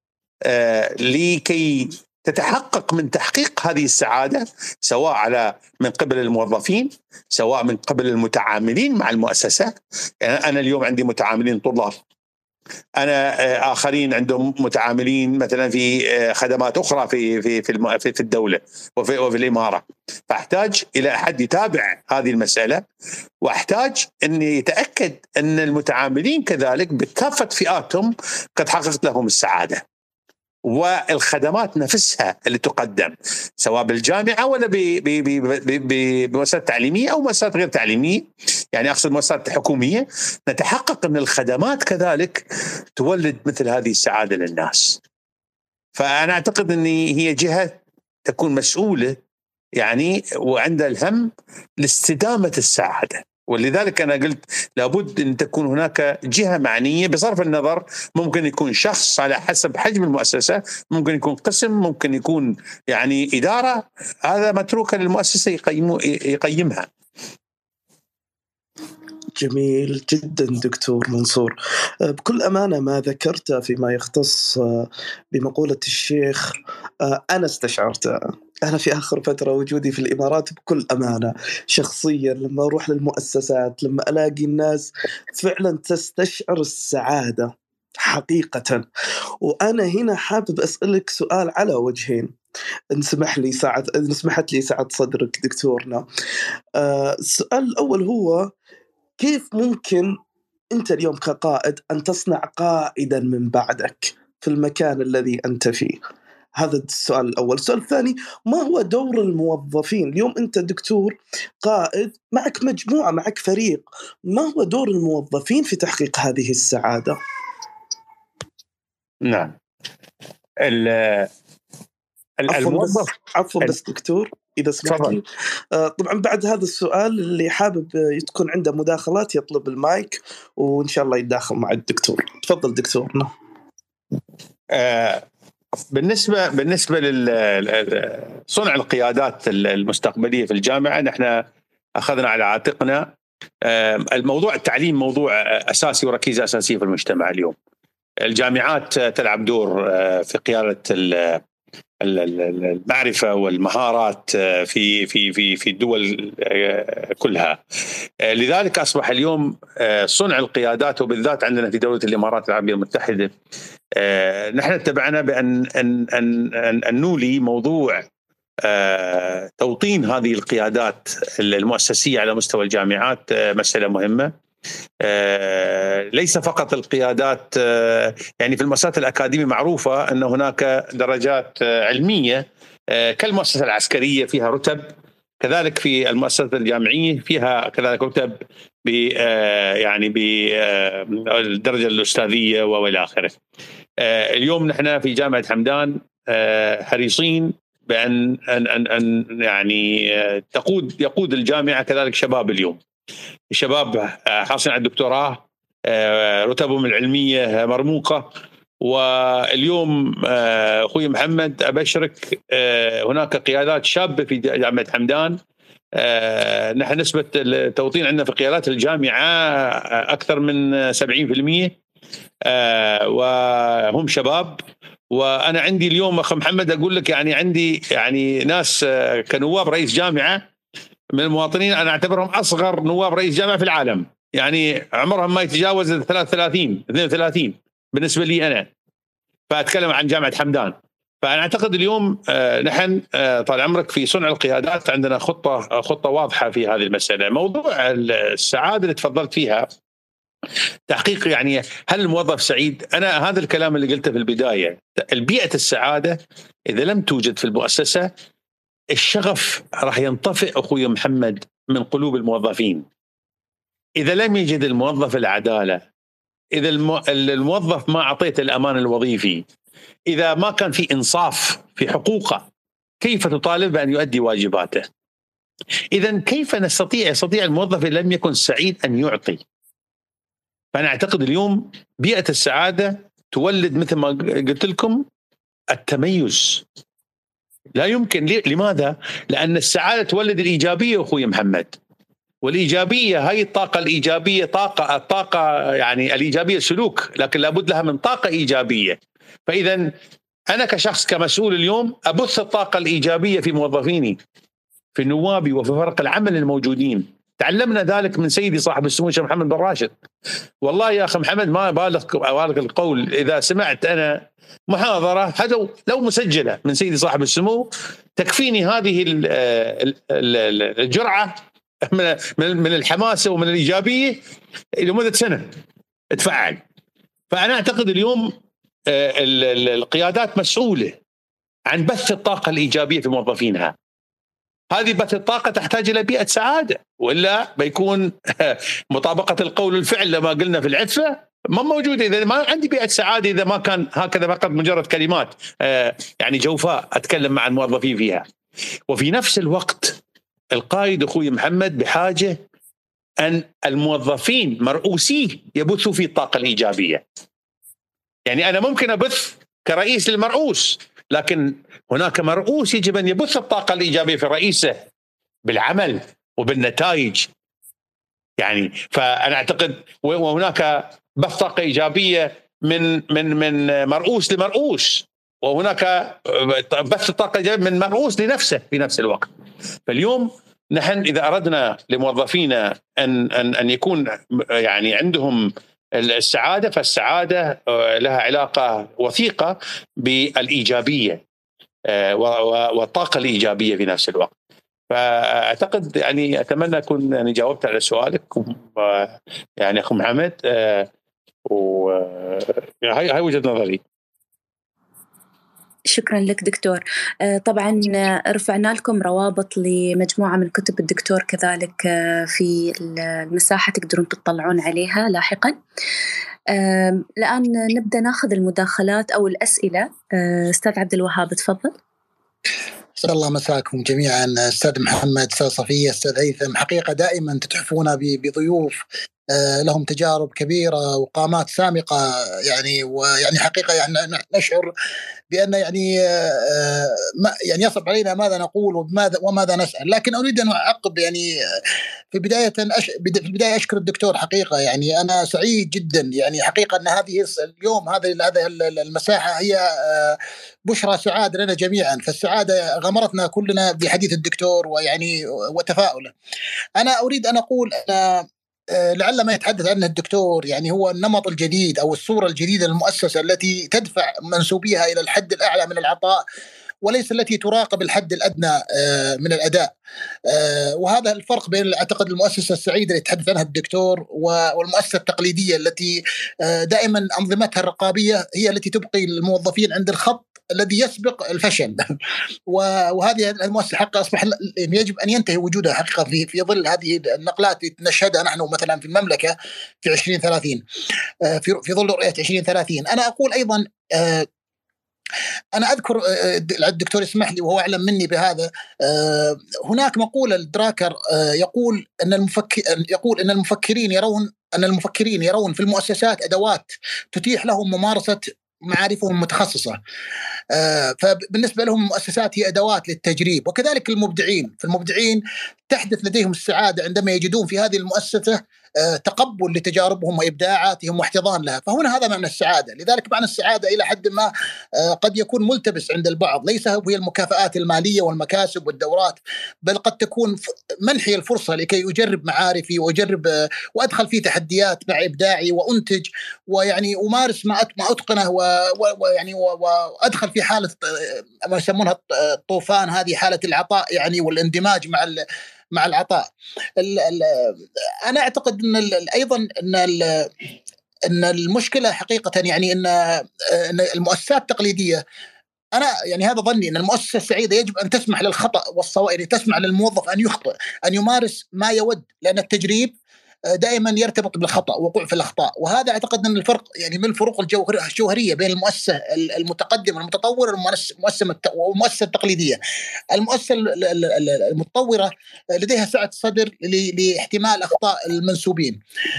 لكي تتحقق من تحقيق هذه السعادة، سواء على من قبل الموظفين، سواء من قبل المتعاملين مع المؤسسة. يعني أنا اليوم عندي متعاملين طلاب، أنا آخرين عندهم متعاملين مثلا في خدمات أخرى في في في في الدولة وفي وفي الإمارة. فأحتاج إلى أحد يتابع هذه المسألة، وأحتاج أن يتأكد أن المتعاملين كذلك بكافة فئاتهم قد حققت لهم السعادة، والخدمات نفسها اللي تقدم سواء بالجامعة ولا بمؤسسات تعليمية أو مؤسسات غير تعليمية، يعني أقصد مؤسسات حكومية، نتحقق أن الخدمات كذلك تولد مثل هذه السعادة للناس. فأنا أعتقد أن هي جهة تكون مسؤولة يعني وعندها الهم لاستدامة السعادة. ولذلك أنا قلت لابد أن تكون هناك جهة معنية بصرف النظر، ممكن يكون شخص على حسب حجم المؤسسة، ممكن يكون قسم، ممكن يكون يعني إدارة، هذا متروك للمؤسسة يقيمها. جميل جدا دكتور منصور. بكل أمانة ما ذكرت فيما يختص بمقولة الشيخ أنا استشعرت أنا في آخر فترة وجودي في الإمارات بكل أمانة شخصيا، لما أروح للمؤسسات لما ألاقي الناس فعلا تستشعر السعادة حقيقة. وأنا هنا حابب أسألك سؤال على وجهين، إن سمح لي ساعد إن سمحت لي ساعد صدرك دكتورنا. آه السؤال الأول هو كيف ممكن أنت اليوم كقائد أن تصنع قائدا من بعدك في المكان الذي أنت فيه؟ هذا السؤال الأول. السؤال الثاني، ما هو دور الموظفين اليوم؟ أنت دكتور قائد، معك مجموعة، معك فريق، ما هو دور الموظفين في تحقيق هذه السعادة؟ نعم الموظف عفوا بس دكتور إذا سمحت لي. آه طبعا بعد هذا السؤال اللي حابب تكون عنده مداخلات يطلب المايك وإن شاء الله يتداخل مع الدكتور. تفضل دكتورنا. آه بالنسبة بالنسبة لصنع القيادات المستقبلية في الجامعة، نحن أخذنا على عاتقنا آه الموضوع التعليم موضوع أساسي وركيزة أساسية في المجتمع اليوم. الجامعات تلعب دور آه في قيادة المعرفة والمهارات في في في في الدول كلها. لذلك أصبح اليوم صنع القيادات، وبالذات عندنا في دولة الإمارات العربية المتحدة نحن اتبعنا بأن أن أن أن نولي موضوع توطين هذه القيادات المؤسسية على مستوى الجامعات مسألة مهمة. آه ليس فقط القيادات، آه يعني في المؤسسات الأكاديمية معروفة أن هناك درجات آه علمية آه كالمؤسسة العسكرية فيها رتب، كذلك في المؤسسات الجامعية فيها كذلك رتب ب آه يعني بالدرجة الأستاذية وإلى آخره. آه اليوم نحن في جامعة حمدان آه حريصين بأن أن أن أن يعني آه تقود يقود الجامعة كذلك شباب. اليوم الشباب حاصلين على الدكتوراه، رتبهم العلمية مرموقة. واليوم أخوي محمد أبشرك هناك قيادات شابة في جامعة حمدان. نحن نسبة التوطين عندنا في قيادات الجامعة أكثر من سبعين بالمئة، وهم شباب وأنا عندي اليوم أخ محمد أقول لك يعني عندي يعني ناس كنواب رئيس جامعة من المواطنين أنا أعتبرهم أصغر نواب رئيس جامعة في العالم، يعني عمرهم ما يتجاوز ثلاثة وثلاثين اثنين وثلاثين بالنسبة لي أنا، فأتكلم عن جامعة حمدان. فأنا أعتقد اليوم نحن طال عمرك في صنع القيادات عندنا خطة خطة واضحة في هذه المسألة. موضوع السعادة اللي تفضلت فيها تحقيق يعني هل الموظف سعيد؟ أنا هذا الكلام اللي قلته في البداية، البيئة السعادة إذا لم توجد في المؤسسة الشغف راح ينطفئ أخوي محمد من قلوب الموظفين. إذا لم يجد الموظف العدالة، إذا الموظف ما أعطيته الأمان الوظيفي، إذا ما كان في إنصاف في حقوقه، كيف تطالب بأن يؤدي واجباته؟ إذن كيف نستطيع يستطيع الموظف إن لم يكن سعيد أن يعطي؟ فأنا أعتقد اليوم بيئة السعادة تولد مثل ما قلت لكم التميز. لا يمكن. لماذا؟ لأن السعادة تولد الإيجابية أخوي محمد، والإيجابية هاي الطاقة الإيجابية طاقة الطاقة يعني الإيجابية سلوك، لكن لابد لها من طاقة إيجابية. فإذا أنا كشخص كمسؤول اليوم أبث الطاقة الإيجابية في موظفيني، في نوابي وفي فرق العمل الموجودين. تعلمنا ذلك من سيدي صاحب السمو الشيخ محمد بن راشد. والله يا أخي محمد ما بالغ بالغ القول، إذا سمعت أنا محاضرة حتى لو مسجلة من سيدي صاحب السمو تكفيني هذه الجرعة من الحماسة ومن الإيجابية لمدة سنة اتفعل. فأنا أعتقد اليوم القيادات مسؤولة عن بث الطاقة الإيجابية في موظفينها. هذه بث الطاقة تحتاج إلى بيئة سعادة، وإلا بيكون مطابقة القول والفعل لما قلنا في العفة ما موجودة. إذا ما عندي بيئة سعادة، إذا ما كان هكذا فقط مجرد كلمات يعني جوفاء أتكلم مع الموظفين فيها. وفي نفس الوقت القائد أخوي محمد بحاجة أن الموظفين مرؤوسيه يبثوا في الطاقة الإيجابية. يعني أنا ممكن أبث كرئيس للمرؤوس، لكن هناك مرؤوس يجب أن يبث الطاقة الإيجابية في رئيسه بالعمل وبالنتائج. يعني فأنا أعتقد وهناك بث طاقة إيجابية من من من مرؤوس لمرؤوس، وهناك بث طاقة إيجابية من مرؤوس لنفسه في نفس الوقت. فاليوم نحن إذا أردنا لموظفينا أن أن أن يكون يعني عندهم السعادة، فالسعادة لها علاقة وثيقة بالإيجابية والطاقة الإيجابية في نفس الوقت. فأعتقد يعني أتمنى أكون يعني جاوبت على سؤالك يعني أخو محمد، وهاي هاي وجهة نظري. شكرا لك دكتور. طبعا رفعنا لكم روابط لمجموعة من كتب الدكتور كذلك في المساحة تقدرون تطلعون عليها لاحقا. الآن نبدأ ناخذ المداخلات أو الأسئلة. أستاذ عبد الوهاب تفضل. أسأل الله مساكم جميعا. أستاذ محمد، أستاذ صفية، أستاذ هيثم، حقيقة دائما تتحفون بضيوف لهم تجارب كبيرة وقامات سامقة، يعني ويعني حقيقة يعني نشعر بأن يعني ما يعني يصعب علينا ماذا نقول وماذا وماذا نسأل. لكن أريد أن أعقب يعني في بداية أش... في البداية أشكر الدكتور. حقيقة يعني أنا سعيد جدا يعني حقيقة أن هذه اليوم هذه هذه المساحة هي بشرى سعادة لنا جميعا. فالسعادة غمرتنا كلنا بحديث الدكتور ويعني وتفاؤله. أنا أريد أن أقول أن لعل ما يتحدث عنه الدكتور يعني هو النمط الجديد أو الصورة الجديدة للمؤسسة التي تدفع منسوبيها إلى الحد الأعلى من العطاء، وليس التي تراقب الحد الأدنى من الأداء. وهذا الفرق بين أعتقد المؤسسة السعيدة اللي يتحدث عنها الدكتور والمؤسسة التقليدية التي دائما أنظمتها الرقابية هي التي تبقي الموظفين عند الخط الذي يسبق الفشل. وهذه المؤسسة حقا أصبح يجب أن ينتهي وجودها حقيقة في في ظل هذه النقلات اللي نشهدها نحن مثلا في المملكة في عشرين ثلاثين، في في ظل رؤية عشرين ثلاثين. أنا أقول أيضا أنا أذكر الدكتور يسمح لي وهو أعلم مني بهذا، هناك مقولة الدراكر يقول أن المفكر يقول أن المفكرين يرون أن المفكرين يرون في المؤسسات أدوات تتيح لهم ممارسة معارفهم المتخصصة. فبالنسبة لهم المؤسسات هي أدوات للتجريب. وكذلك المبدعين، في المبدعين تحدث لديهم السعادة عندما يجدون في هذه المؤسسة تقبل لتجاربهم وإبداعاتهم واحتضان لها، فهنا هذا معنى السعادة. لذلك معنى السعادة إلى حد ما قد يكون ملتبس عند البعض، ليس هي المكافآت المالية والمكاسب والدورات، بل قد تكون منحي الفرصة لكي أجرب معارفي وأجرب وأدخل في تحديات مع إبداعي وأنتج، ويعني أمارس ما ما أتقنه، ويعني وأدخل في حالة ما يسمونها الطوفان، هذه حالة العطاء يعني والاندماج مع مع العطاء. ال ال أنا أعتقد أن أيضا أن أن المشكلة حقيقة يعني أن المؤسسات التقليدية، أنا يعني هذا ظني أن المؤسسة السعيدة يجب أن تسمح للخطأ والصواب، يعني تسمح للموظف أن يخطئ، أن يمارس ما يود، لأن التجريب دائما يرتبط بالخطأ، وقوع في الأخطاء. وهذا أعتقد أن الفرق يعني من الفروق الجوهرية بين المؤسسة المتقدمة المتطورة والمؤسسة التقليدية. المؤسسة المتطورة لديها سعة صدر لاحتمال أخطاء المنسوبين.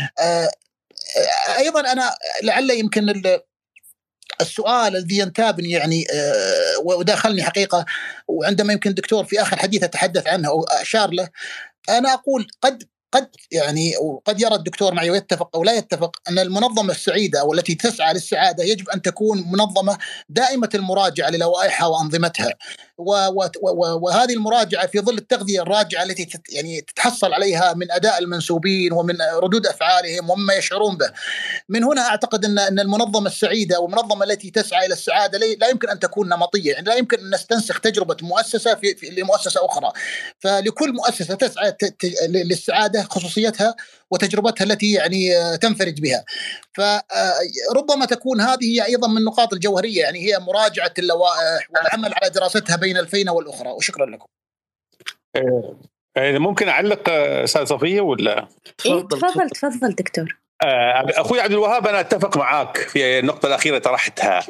أيضا أنا لعل يمكن السؤال الذي ينتابني يعني وداخلني حقيقة، وعندما يمكن الدكتور في آخر حديث تحدث عنه أو أشار له، أنا أقول قد قد يعني وقد يرى الدكتور معي ويتفق أو لا يتفق أن المنظمة السعيدة أو التي تسعى للسعادة يجب أن تكون منظمة دائمة المراجعة للوائحها وأنظمتها، وهذه المراجعة في ظل التغذية الراجعة التي يعني تتحصل عليها من أداء المنسوبين ومن ردود أفعالهم ومما يشعرون به. من هنا أعتقد أن أن المنظمة السعيدة والمنظمة التي تسعى إلى السعادة لا يمكن أن تكون نمطية، يعني لا يمكن أن نستنسخ تجربة مؤسسة في, في لمؤسسة أخرى. فلكل مؤسسة تسعى للسعادة خصوصيتها وتجربتها التي يعني تنفرد بها. فربما تكون هذه أيضا من النقاط الجوهرية، يعني هي مراجعة اللوائح والعمل على دراستها بين الفينة والأخرى. وشكرا لكم. ممكن أعلق أستاذ صفية ولا؟ تفضل تفضل تفضل دكتور. أخوي عبد الوهاب، أنا أتفق معك في النقطة الأخيرة طرحتها.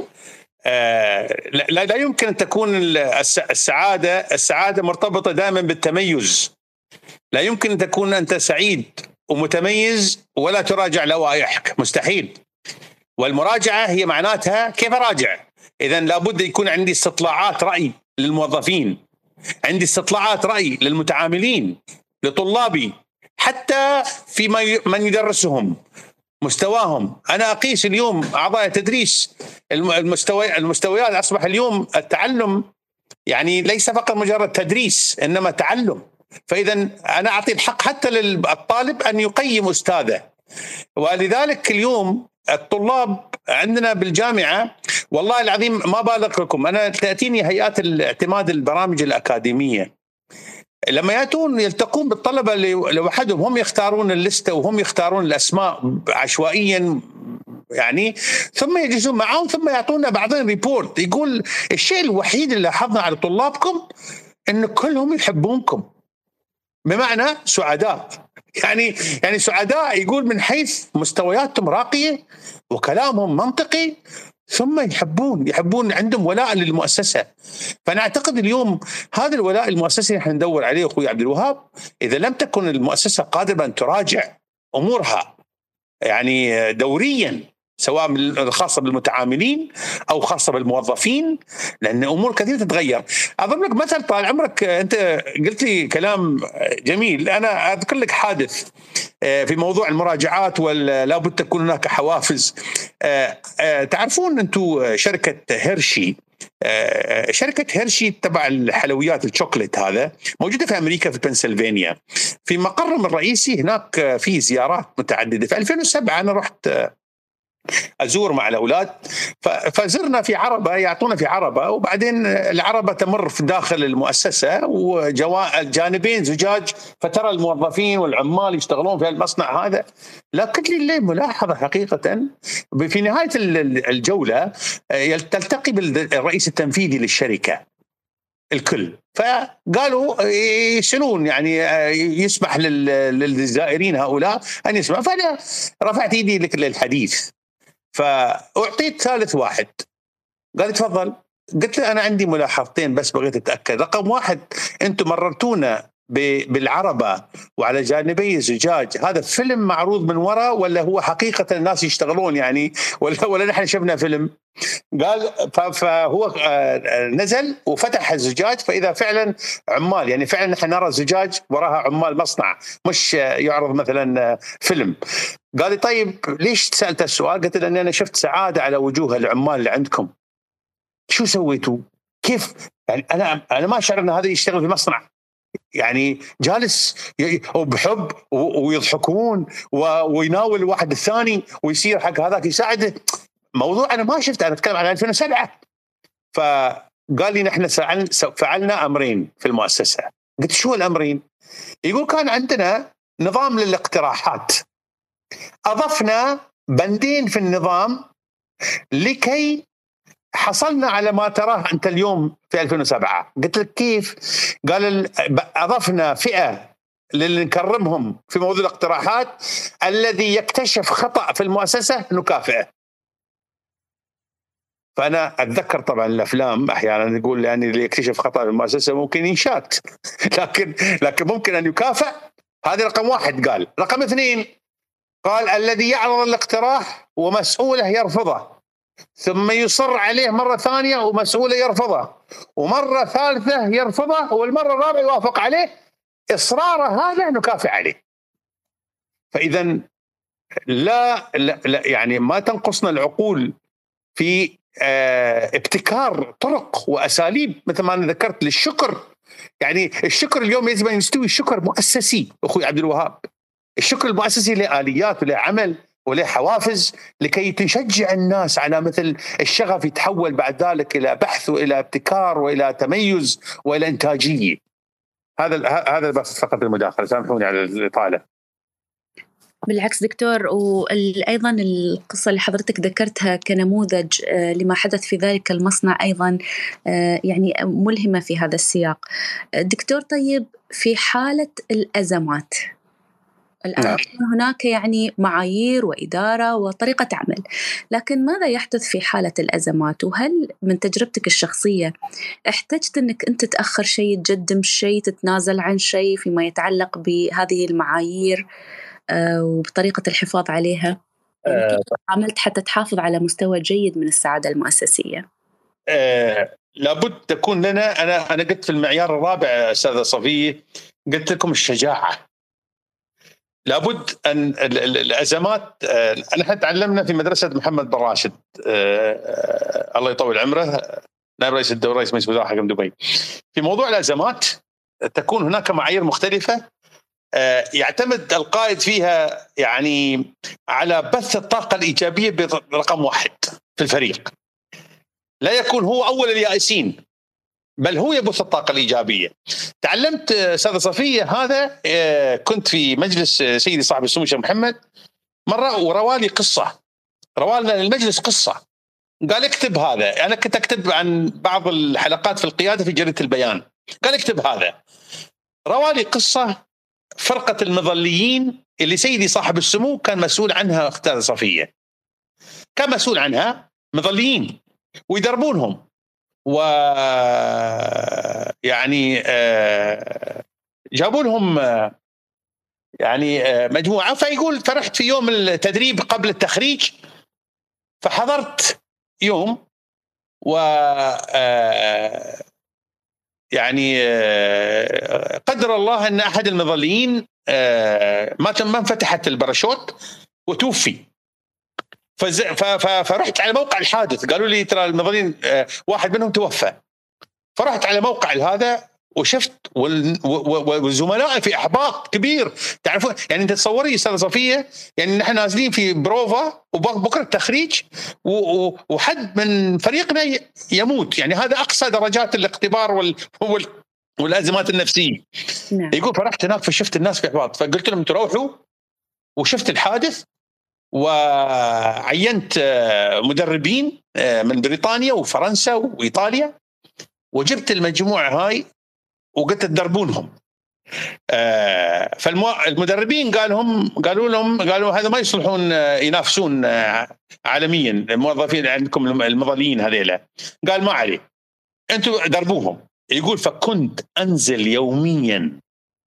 لا, لا يمكن أن تكون السعادة السعادة مرتبطة دائما بالتميز. لا يمكن أن تكون أنت سعيد ومتميز ولا تراجع لوائحك، مستحيل. والمراجعة هي معناتها كيف أراجع؟ إذن لابد يكون عندي استطلاعات رأي للموظفين، عندي استطلاعات رأي للمتعاملين، لطلابي، حتى في من يدرسهم، مستواهم. أنا أقيس اليوم أعضاء التدريس، المستوى المستويات أصبح اليوم التعلم يعني ليس فقط مجرد تدريس إنما تعلم. فإذا أنا أعطي الحق حتى للطالب أن يقيم أستاذه. ولذلك اليوم الطلاب عندنا بالجامعة والله العظيم ما بالغ لكم، أنا تأتيني هيئات الاعتماد البرامج الأكاديمية، لما يأتون يلتقون بالطلبة لوحدهم، هم يختارون الليستة وهم يختارون الأسماء عشوائيا يعني، ثم يجلسون معهم ثم يعطونا بعضين ريبورت يقول الشيء الوحيد اللي لاحظنا على طلابكم إن كلهم يحبونكم، بمعنى سعداء. يعني يعني سعداء يقول من حيث مستوياتهم راقية وكلامهم منطقي، ثم يحبون يحبون عندهم ولاء للمؤسسة. فأنا أعتقد اليوم هذا الولاء المؤسسي نحن ندور عليه أخوي عبد الوهاب. إذا لم تكن المؤسسة قادرة أن تراجع أمورها يعني دوريا، سواء خاصة بالمتعاملين أو خاصة بالموظفين، لأن أمور كثيرة تتغير. أضرب لك مثل طال عمرك، أنت قلت لي كلام جميل، أنا أذكر لك حادث في موضوع المراجعات ولا بد تكون هناك حوافز. تعرفون أنتم شركة هيرشي، شركة هيرشي تبع الحلويات الشوكولات، هذا موجودة في أمريكا في بنسلفانيا. في مقرهم الرئيسي هناك في زيارات متعددة. في ألفين وسبعة أنا رحت أزور مع الأولاد، فزرنا في عربة، يعطونا في عربة، وبعدين العربة تمر في داخل المؤسسة وجانبين زجاج، فترى الموظفين والعمال يشتغلون في المصنع هذا. لكن لي ملاحظة حقيقة، في نهاية الجولة تلتقي بالرئيس التنفيذي للشركة الكل، فقالوا يسألون يعني يسمح للزائرين هؤلاء أن يسمع. فأنا رفعت يدي لك للحديث، فأعطيت ثالث واحد، قال تفضل. قلت له أنا عندي ملاحظتين بس بغيت أتأكد. رقم واحد، أنتم مررتونا بالعربة وعلى جانبي زجاج، هذا فيلم معروض من وراء ولا هو حقيقة الناس يشتغلون يعني، ولا ولا نحن شفنا فيلم؟ قال فهو نزل وفتح الزجاج فإذا فعلا عمال، يعني فعلا نحن نرى زجاج وراها عمال مصنع، مش يعرض مثلا فيلم. قال لي طيب ليش سألت السؤال؟ قلت له أني أنا شفت سعادة على وجوه العمال اللي عندكم. شو سويتوا؟ كيف يعني؟ أنا أنا ما أشعر أن هذا يشتغل في مصنع، يعني جالس وبحب ويضحكون ويناول الواحد الثاني ويصير حق هذاك يساعده. موضوع أنا ما شفت، أنا أتكلم عن ألفين وسبعة. فقال لي نحن فعلنا أمرين في المؤسسة. قلت شو الأمرين؟ يقول كان عندنا نظام للاقتراحات، أضفنا بندين في النظام لكي حصلنا على ما تراه أنت اليوم في ألفين وسبعة. قلت لك كيف؟ قال أضفنا فئة اللي نكرمهم في موضوع الاقتراحات، الذي يكتشف خطأ في المؤسسة نكافئه. فأنا أتذكر طبعا الأفلام أحيانا يقول يعني اللي يكتشف خطأ في المؤسسة ممكن ينشات، لكن لكن ممكن أن يكافئ. هذا رقم واحد. قال رقم اثنين، قال الذي يعرض الاقتراح ومسؤوله يرفضه، ثم يصر عليه مرة ثانية ومسؤوله يرفضه، ومرة ثالثة يرفضه، والمرة الرابعة يوافق عليه. إصراره هذا نكافئ عليه. فإذا لا, لا, لا يعني ما تنقصنا العقول في اه ابتكار طرق وأساليب مثل ما أنا ذكرت للشكر. يعني الشكر اليوم يجب أن يستوي شكر مؤسسي أخوي عبد الوهاب. الشكر المؤسسي له آليات وله عمل وله حوافز لكي تشجع الناس على مثل الشغف يتحول بعد ذلك إلى بحث وإلى ابتكار وإلى تميز وإلى إنتاجية. هذا هذا بس فقط المداخلة، سامحوني على الإطالة. بالعكس دكتور، وأيضا القصة اللي حضرتك ذكرتها كنموذج لما حدث في ذلك المصنع أيضا يعني ملهمة في هذا السياق. دكتور طيب، في حالة الأزمات الآن نعم. هناك يعني معايير وإدارة وطريقة عمل، لكن ماذا يحدث في حالة الأزمات؟ وهل من تجربتك الشخصية احتجت أنك أنت تأخر شيء، تقدم شيء، تتنازل عن شيء فيما يتعلق بهذه المعايير وبطريقة الحفاظ عليها؟ يعني كيف عملت حتى تحافظ على مستوى جيد من السعادة المؤسسية؟ أه لابد تكون لنا، أنا أنا قلت في المعيار الرابع أستاذة صفية، قلت لكم الشجاعة. لابد أن الأزمات، نحن تعلمنا في مدرسة محمد بن راشد الله يطول عمره، نائب رئيس الدولة رئيس مجلس الوزراء حكم دبي، في موضوع الأزمات تكون هناك معايير مختلفة يعتمد القائد فيها يعني على بث الطاقة الإيجابية برقم واحد في الفريق. لا يكون هو أول اليائسين، بل هو يبث الطاقة الإيجابية. تعلمت أستاذة صفية هذا، كنت في مجلس سيدي صاحب السمو الشيخ محمد مرة وروالي قصة، روالنا للمجلس قصة، قال اكتب هذا. أنا كنت أكتب عن بعض الحلقات في القيادة في جريدة البيان، قال اكتب هذا. روالي قصة فرقة المظليين اللي سيدي صاحب السمو كان مسؤول عنها أستاذة صفية، كان مسؤول عنها مظليين ويدربونهم، و يعني جابوا لهم يعني مجموعة. فيقول فرحت في يوم التدريب قبل التخريج، فحضرت يوم و يعني قدر الله أن أحد المظليين ما ما انفتحت الباراشوت وتوفي. فرحت على موقع الحادث، قالوا لي ترى المظلين واحد منهم توفى. فرحت على موقع هذا وشفت والزملاء في إحباط كبير. تعرفون يعني أنت تصوري أستاذة صفية، يعني نحن نازلين في بروفا وبكرة التخريج وحد من فريقنا يموت، يعني هذا أقصى درجات الاختبار وال والأزمات النفسية. نعم. يقول فرحت هناك فشفت الناس في إحباط، فقلت لهم تروحوا، وشفت الحادث وعينت مدربين من بريطانيا وفرنسا وإيطاليا، وجبت المجموعة هاي وقلت تدربونهم. فالمدربين قالهم قالوا لهم قالوا هذا ما يصلحون ينافسون عالميا، الموظفين عندكم المظليين هذيلا. قال ما عليه، أنتوا دربوهم. يقول فكنت أنزل يوميا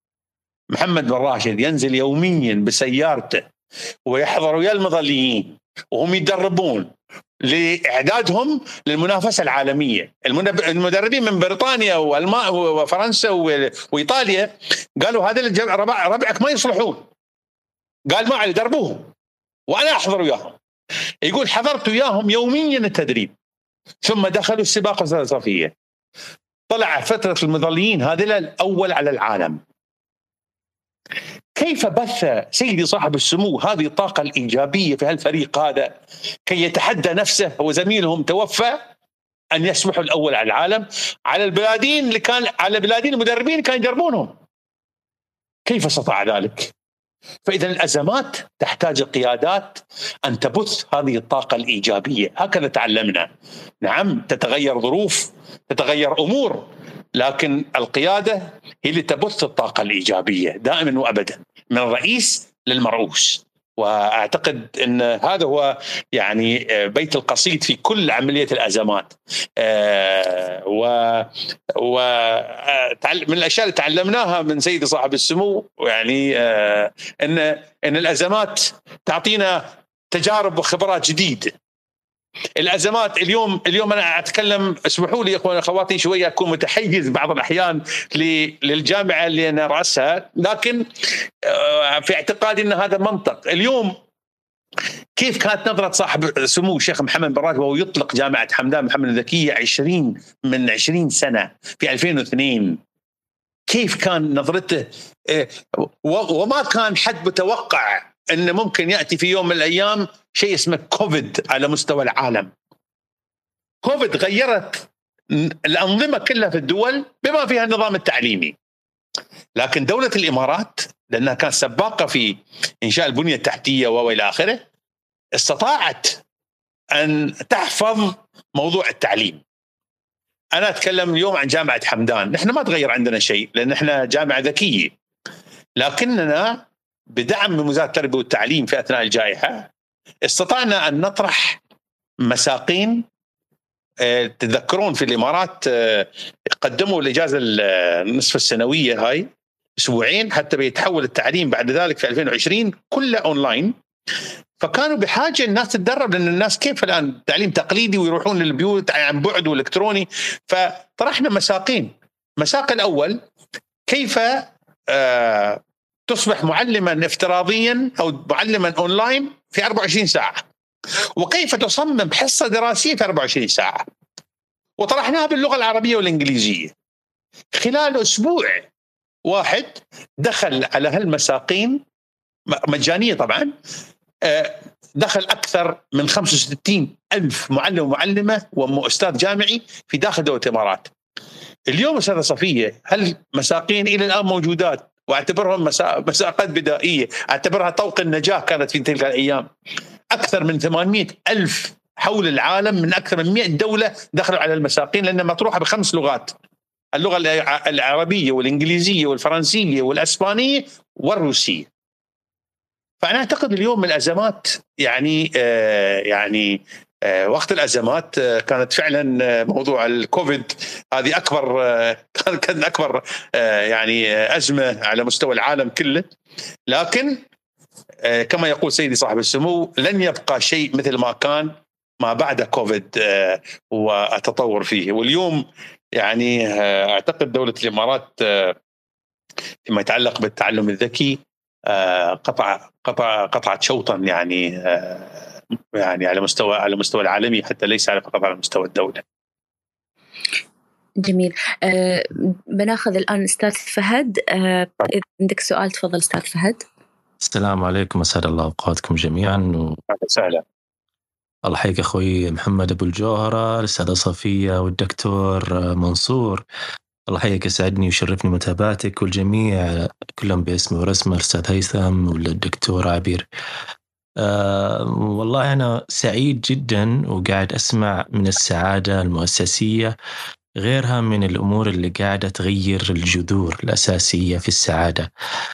محمد بن راشد ينزل يوميا بسيارته ويحضر ويا المظليين وهم يدربون لإعدادهم للمنافسة العالمية. المدربين من بريطانيا والمانيا وفرنسا وإيطاليا قالوا هذا ربع ربعك ما يصلحون، قال ما علي دربوهم وأنا أحضر وياهم. يقول حضرت وياهم يوميا التدريب، ثم دخلوا السباق الصفية، طلع فترة المظليين هذا الأول على العالم. كيف بث سيدي صاحب السمو هذه الطاقة الإيجابية في هالفريق هذا كي يتحدى نفسه وزميلهم توفى أن يسمحوا الأول على العالم على البلادين اللي كان على بلادين المدربين كانوا يدربونهم؟ كيف استطاع ذلك؟ فإذا الأزمات تحتاج القيادات أن تبث هذه الطاقة الإيجابية. هكذا تعلمنا. نعم تتغير ظروف، تتغير أمور، لكن القيادة هي اللي تبث الطاقة الإيجابية دائما وأبدا من الرئيس للمرؤوس. وأعتقد أن هذا هو يعني بيت القصيد في كل عملية الأزمات. ومن الأشياء اللي تعلمناها من سيدي صاحب السمو يعني أن أن الأزمات تعطينا تجارب وخبرات جديدة. الأزمات اليوم اليوم أنا أتكلم، اسمحوا لي إخواني أخواتي شوية أكون متحيز بعض الأحيان للجامعة اللي أنا رأسها، لكن في اعتقادي أن هذا منطق. اليوم كيف كانت نظرة صاحب سمو الشيخ محمد بن راشد وهو يطلق جامعة حمدان محمد الذكية عشرين من عشرين سنة في ألفين واثنين؟ كيف كان نظرته؟ وما كان حد متوقع أن ممكن يأتي في يوم من الأيام شيء اسمه كوفيد على مستوى العالم. كوفيد غيرت الأنظمة كلها في الدول بما فيها النظام التعليمي، لكن دولة الإمارات لأنها كانت سباقة في إنشاء البنية التحتية وإلى آخره استطاعت أن تحفظ موضوع التعليم. أنا أتكلم اليوم عن جامعة حمدان، نحن ما تغير عندنا شيء لأن نحن جامعة ذكية، لكننا بدعم من وزارة التربية والتعليم في أثناء الجائحة استطعنا أن نطرح مساقين. تذكرون في الإمارات قدموا الإجازة النصف السنوية هاي أسبوعين حتى بيتحول التعليم بعد ذلك في ألفين وعشرين كله أونلاين، فكانوا بحاجة الناس تتدرب لأن الناس كيف الآن تعليم تقليدي ويروحون للبيوت عن بعد والإلكتروني. فطرحنا مساقين. مساق الأول كيف آه تصبح معلما افتراضيا أو معلما أونلاين في أربعة وعشرين ساعة، وكيف تصمم حصة دراسية في أربعة وعشرين ساعة، وطرحناها باللغة العربية والإنجليزية. خلال أسبوع واحد دخل على هالمساقين مجانية طبعا، دخل أكثر من خمسة وستين ألف معلم ومعلمة وأستاذ جامعي في داخل دولة الإمارات. اليوم أستاذة صفية هالمساقين إلى الآن موجودات، واعتبرهم مساقات بدائية، اعتبرها طوق النجاة كانت في تلك الأيام. أكثر من ثمانمئة ألف حول العالم من أكثر من مئة دولة دخلوا على المساقين لأنها مطروحة بخمس لغات: اللغة العربية والإنجليزية والفرنسية والأسبانية والروسية. فأنا أعتقد اليوم الأزمات يعني آه يعني آه وقت الأزمات آه كانت فعلا آه موضوع الكوفيد هذه أكبر آه كان أكبر آه يعني آه أزمة على مستوى العالم كله، لكن آه كما يقول سيدي صاحب السمو لن يبقى شيء مثل ما كان ما بعد كوفيد آه والتطور فيه. واليوم يعني آه أعتقد دولة الإمارات آه فيما يتعلق بالتعلم الذكي قطع قطع قطعت شوطا يعني يعني على مستوى على مستوى العالمي حتى ليس فقط على مستوى الدولة. جميل. أه بناخذ الآن أستاذ فهد. أه إذا عندك سؤال تفضل أستاذ فهد. السلام عليكم، أسعد الله أوقاتكم جميعا. وسهلا. الله يحييك أخوي محمد أبو الجوهرة، الأستاذة صفية والدكتور منصور. الله يحييك، يسعدني ويشرفني متابعتك، والجميع كلهم باسمه ورسمه، الأستاذ هيثم والدكتور عبير. أه والله أنا سعيد جدا وقاعد أسمع من السعادة المؤسسية غيرها من الأمور اللي قاعدة تغير الجذور الأساسية في السعادة.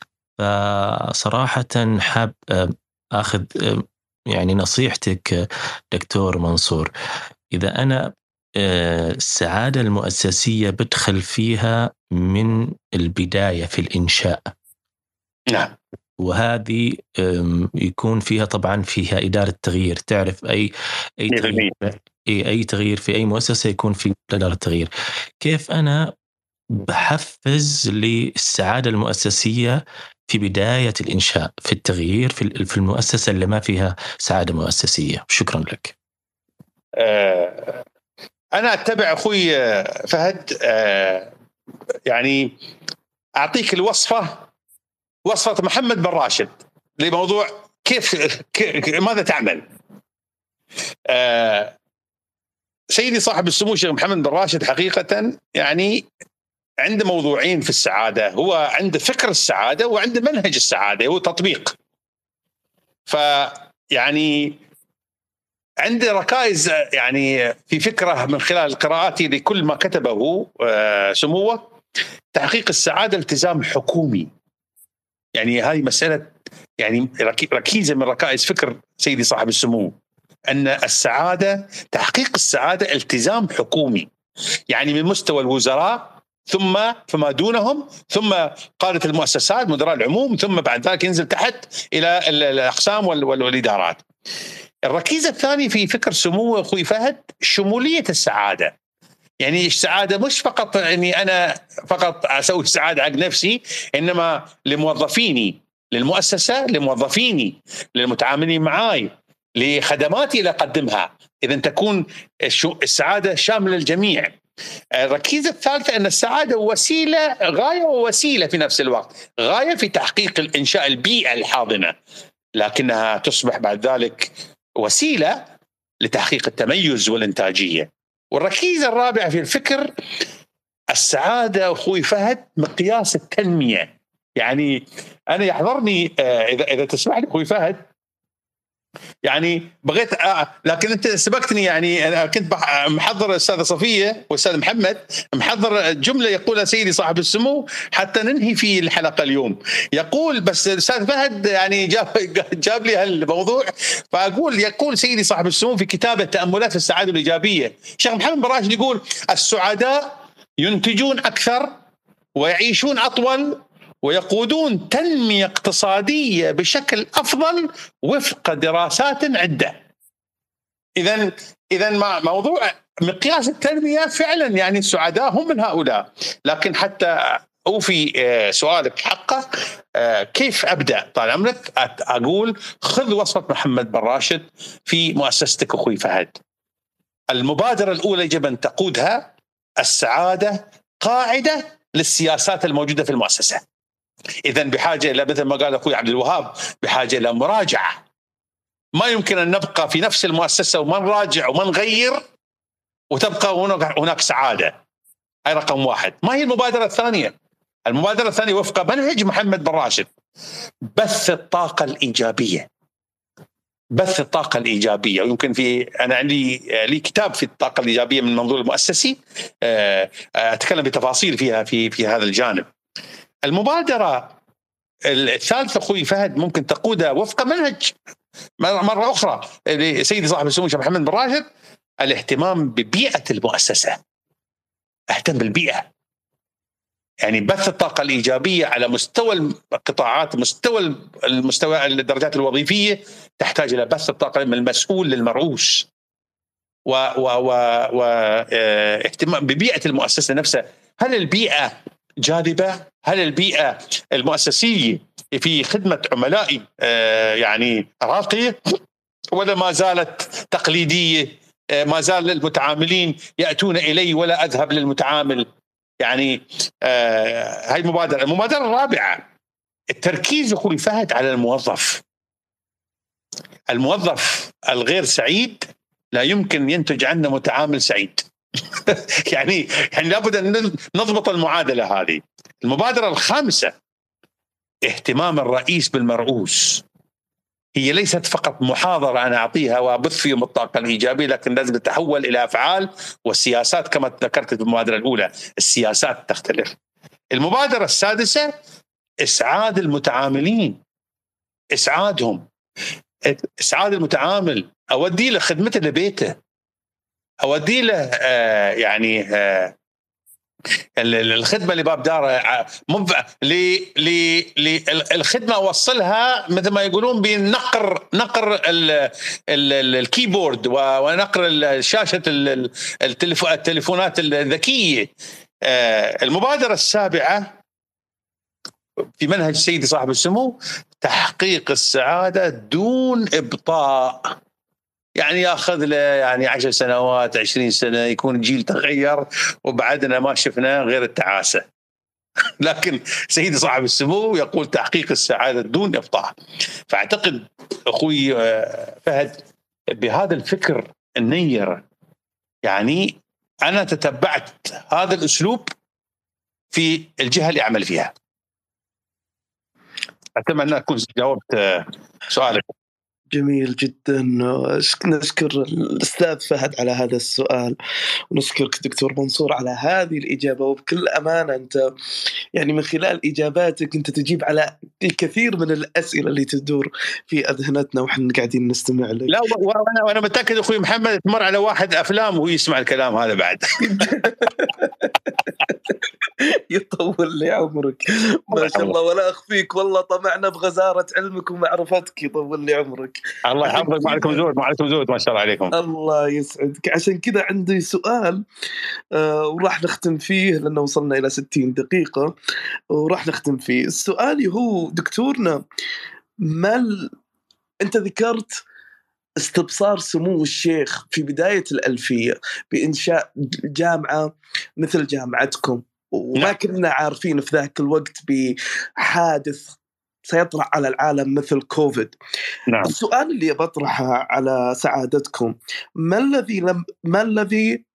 فصراحة حاب أخذ يعني نصيحتك دكتور منصور. إذا أنا السعادة المؤسسية بدخل فيها من البداية في الإنشاء، نعم. وهذه يكون فيها طبعا فيها إدارة تغيير، تعرف أي أي تغيير أي أي تغيير في أي مؤسسة يكون في إدارة تغيير. كيف أنا بحفز للسعادة المؤسسية في بداية الإنشاء، في التغيير في في المؤسسة اللي ما فيها سعادة مؤسسية؟ شكرا لك. آه أنا أتبع أخوي فهد، آه يعني أعطيك الوصفة، وصفة محمد بن راشد لموضوع كيف, كيف ماذا تعمل. آه سيدي صاحب السمو الشيخ محمد بن راشد حقيقة يعني عنده موضوعين في السعادة، هو عنده فكر السعادة وعنده منهج السعادة، هو تطبيق. فيعني عنده ركائز يعني في فكرة من خلال قراءاتي لكل ما كتبه سموه. تحقيق السعادة التزام حكومي، يعني هذه مسألة يعني ركيزة من ركائز فكر سيدي صاحب السمو، أن السعادة تحقيق السعادة التزام حكومي، يعني من مستوى الوزراء ثم فما دونهم ثم قادة المؤسسات مدراء العموم ثم بعد ذلك ينزل تحت إلى الأقسام والإدارات. الركيزة الثانية في فكر سمو أخوي فهد شمولية السعادة، يعني السعادة مش فقط أني أنا فقط أسوي السعادة حق نفسي، إنما لموظفيني، للمؤسسة، لموظفيني، للمتعاملين معاي، لخدماتي اللي أقدمها، إذن تكون السعادة شاملة الجميع. الركيزة الثالثة أن السعادة وسيلة، غاية ووسيلة في نفس الوقت، غاية في تحقيق الإنشاء البيئة الحاضنة، لكنها تصبح بعد ذلك وسيلة لتحقيق التميز والإنتاجية. والركيزة الرابعة في الفكر السعادة أخوي فهد مقياس التنمية. يعني أنا يحضرني إذا إذا تسمح لي أخوي فهد، يعني بغيت آه لكن أنت سبقتني، يعني أنا كنت محضر الأستاذة صفية والأستاذ محمد محضر جملة يقولها سيدي صاحب السمو حتى ننهي في الحلقة اليوم. يقول بس الأستاذ فهد يعني جاب جاب لي هالموضوع، فأقول يقول سيدي صاحب السمو في كتابه تأملات في السعادة الإيجابية، شيخ محمد بن راشد يقول السعداء ينتجون أكثر ويعيشون أطول ويقودون تنمية اقتصادية بشكل أفضل وفق دراسات عدة. إذن إذن موضوع مقياس التنمية فعلا يعني السعداء هم من هؤلاء. لكن حتى أوفي سؤالك حقه، كيف أبدأ؟ طال عمرك أقول خذ وصفة محمد بن راشد في مؤسستك أخوي فهد. المبادرة الأولى يجب أن تقودها السعادة قاعدة للسياسات الموجودة في المؤسسة. إذن بحاجة إلى مثل ما قال أخوي عبد الوهاب بحاجة إلى مراجعة. ما يمكن أن نبقى في نفس المؤسسة وما نراجع وما نغير وتبقى هناك سعادة. هاي رقم واحد. ما هي المبادرة الثانية؟ المبادرة الثانية وفق منهج محمد بن راشد بث الطاقة الإيجابية. بث الطاقة الإيجابية، ويمكن في أنا عندي لي كتاب في الطاقة الإيجابية من منظور المؤسسي أتكلم بتفاصيل فيها في في هذا الجانب. المبادرة الثالثة أخوي فهد ممكن تقودها وفق منهج مرة أخرى لسيدي صاحب السمو الشيخ محمد بن راشد، الاهتمام ببيئة المؤسسة. اهتم بالبيئة، يعني بث الطاقة الإيجابية على مستوى القطاعات، مستوى المستوى الدرجات الوظيفية تحتاج إلى بث الطاقة من المسؤول للمرؤوس، و و و واهتمام ببيئة المؤسسة نفسها. هل البيئة جاذبة؟ هل البيئة المؤسسية في خدمة عملائي يعني راقية ولا ما زالت تقليدية؟ ما زال المتعاملين يأتون إلي ولا أذهب للمتعامل. يعني هاي المبادرة. المبادرة الرابعة التركيز أخوي فهد على الموظف. الموظف الغير سعيد لا يمكن ينتج عنه متعامل سعيد. يعني يعني لابد أن نضبط المعادلة هذه. المبادرة الخامسة اهتمام الرئيس بالمرؤوس. هي ليست فقط محاضرة أنا أعطيها وأبث فيهم الطاقة الإيجابية، لكن لازم تتحول إلى أفعال والسياسات كما ذكرت في المبادرة الأولى. السياسات تختلف. المبادرة السادسة إسعاد المتعاملين، إسعادهم، إسعاد المتعامل. أودي له خدمته لبيته، أودي له آه يعني آه الخدمه اللي باب داره مو الخدمه اوصلها مثل ما يقولون بنقر نقر الكيبورد ونقر شاشه التليفونات الذكيه. المبادره السابعه في منهج سيدي صاحب السمو تحقيق السعاده دون ابطاء، يعني ياخذ له يعني عشر سنوات عشرين سنه يكون جيل تغير وبعدنا ما شفنا غير التعاسه. لكن سيدي صاحب السمو يقول تحقيق السعاده دون ابطاء. فاعتقد اخوي فهد بهذا الفكر النير، يعني انا تتبعت هذا الاسلوب في الجهه اللي اعمل فيها. اتمنى اكون جاوبت سؤالك. جميل جدا، نشكر الأستاذ فهد على هذا السؤال، ونشكرك دكتور منصور على هذه الإجابة. وبكل أمانة أنت يعني من خلال إجاباتك أنت تجيب على الكثير من الأسئلة اللي تدور في أذهنتنا وحنا قاعدين نستمع لك. لا وأنا وأنا متأكد أخوي محمد تمر على واحد أفلام وهو يسمع الكلام هذا بعد. يطول لي عمرك ما شاء الله، ولا أخفيك والله طمعنا بغزارة علمك ومعرفتك، يطول لي عمرك. الله يحفظك، معكم زود معكم زود ما شاء الله عليكم. الله يسعدك. عشان كذا عندي سؤال آه وراح نختم فيه لأنه وصلنا إلى ستين دقيقة وراح نختم فيه. السؤال هو دكتورنا، ما ال... أنت ذكرت استبصار سمو الشيخ في بداية الألفية بإنشاء جامعة مثل جامعتكم، وما كنا عارفين في ذاك الوقت بحادث سيطرح على العالم مثل كوفيد. نعم. السؤال اللي بطرحه على سعادتكم، ما الذي لم ما الذي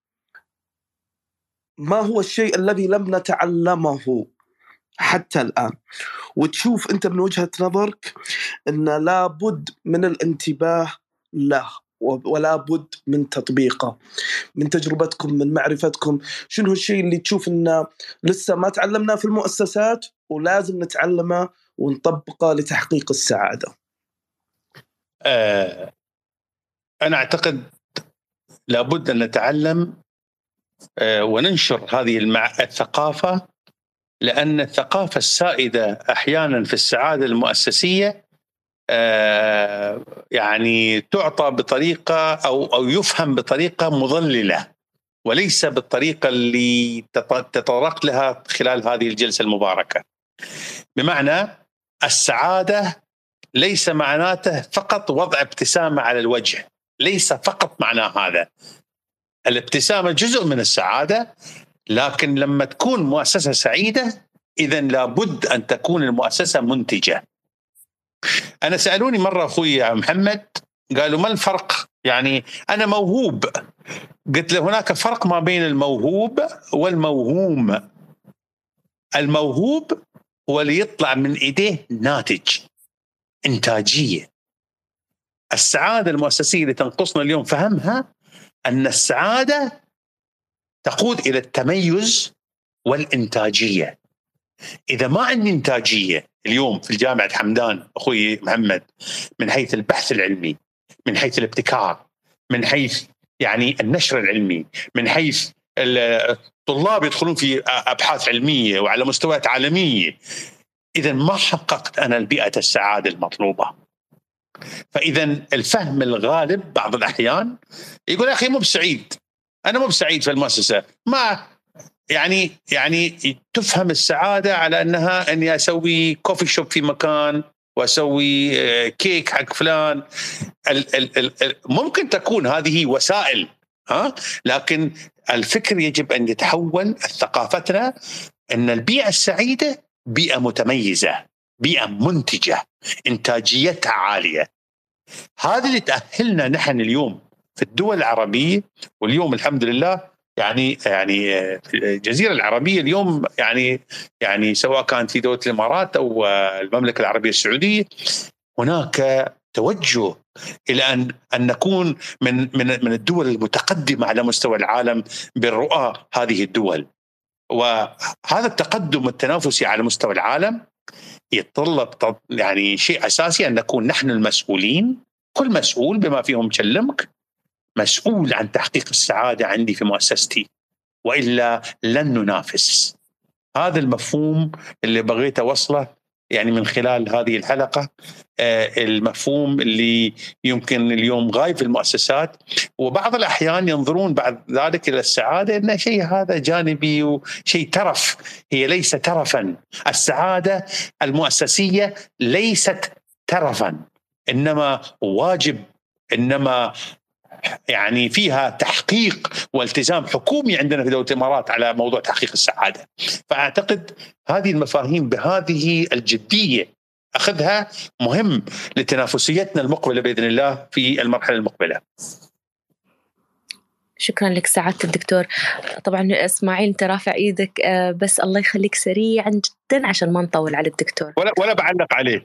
ما هو الشيء الذي لم نتعلمه حتى الآن، وتشوف أنت من وجهة نظرك أن لابد من الانتباه له ولا بد من تطبيقه؟ من تجربتكم من معرفتكم شنو الشيء اللي تشوف أنه لسه ما تعلمناه في المؤسسات ولازم نتعلمه ونطبقه لتحقيق السعادة؟ آه أنا أعتقد لابد أن نتعلم آه وننشر هذه المع... الثقافة، لأن الثقافة السائدة أحيانا في السعادة المؤسسية آه يعني تعطى بطريقة أو, أو يفهم بطريقة مضللة وليس بالطريقة اللي تطرقت لها خلال هذه الجلسة المباركة. بمعنى السعادة ليس معناته فقط وضع ابتسامة على الوجه، ليس فقط معنى هذا. الابتسامة جزء من السعادة، لكن لما تكون مؤسسة سعيدة إذن لابد أن تكون المؤسسة منتجة. أنا سألوني مرة أخوي محمد قالوا ما الفرق، يعني أنا موهوب، قلت له هناك فرق ما بين الموهوب والموهوم. الموهوب هو اللي يطلع من إيديه ناتج، إنتاجية. السعادة المؤسسية اللي تنقصنا اليوم فهمها أن السعادة تقود إلى التميز والإنتاجية. إذا ما عندي إنتاجية اليوم في الجامعة حمدان أخوي محمد من حيث البحث العلمي، من حيث الابتكار، من حيث يعني النشر العلمي، من حيث الطلاب يدخلون في أبحاث علمية وعلى مستويات عالمية، إذا ما حققت أنا البيئة السعادة المطلوبة. فإذا الفهم الغالب بعض الأحيان يقول أخي مو بسعيد، أنا مو بسعيد في المؤسسة، ما يعني يعني تفهم السعادة على أنها أني أسوي كوفي شوب في مكان وأسوي كيك حق فلان. ال ال ال ممكن تكون هذه وسائل، ها، لكن الفكر يجب أن يتحول ثقافتنا أن البيئة السعيدة بيئة متميزة، بيئة منتجة، إنتاجيتها عالية. هذا اللي تأهلنا نحن اليوم في الدول العربية. واليوم الحمد لله يعني يعني الجزيرة العربية اليوم يعني يعني سواء كانت في دولة الإمارات أو المملكة العربية السعودية هناك توجه إلى أن أن نكون من من من الدول المتقدمة على مستوى العالم بالرؤى هذه الدول. وهذا التقدم التنافسي على مستوى العالم يتطلب يعني شيء أساسي أن نكون نحن المسؤولين، كل مسؤول بما فيهم كلمك مسؤول عن تحقيق السعادة عندي في مؤسستي. وإلا لن ننافس. هذا المفهوم اللي بغيت أوصله يعني من خلال هذه الحلقة، المفهوم اللي يمكن اليوم غايب في المؤسسات، وبعض الأحيان ينظرون بعد ذلك إلى السعادة أن شيء هذا جانبي وشيء ترف. هي ليس ترفا، السعادة المؤسسية ليست ترفا، إنما واجب، إنما يعني فيها تحقيق والتزام حكومي عندنا في دولة الإمارات على موضوع تحقيق السعادة. فأعتقد هذه المفاهيم بهذه الجدية أخذها مهم لتنافسيتنا المقبلة بإذن الله في المرحلة المقبلة. شكرا لك سعادة الدكتور. طبعا إسماعيل أنت رافع إيدك، بس الله يخليك سريعا جدا عشان ما نطول على الدكتور. ولا ولا بعلق عليه.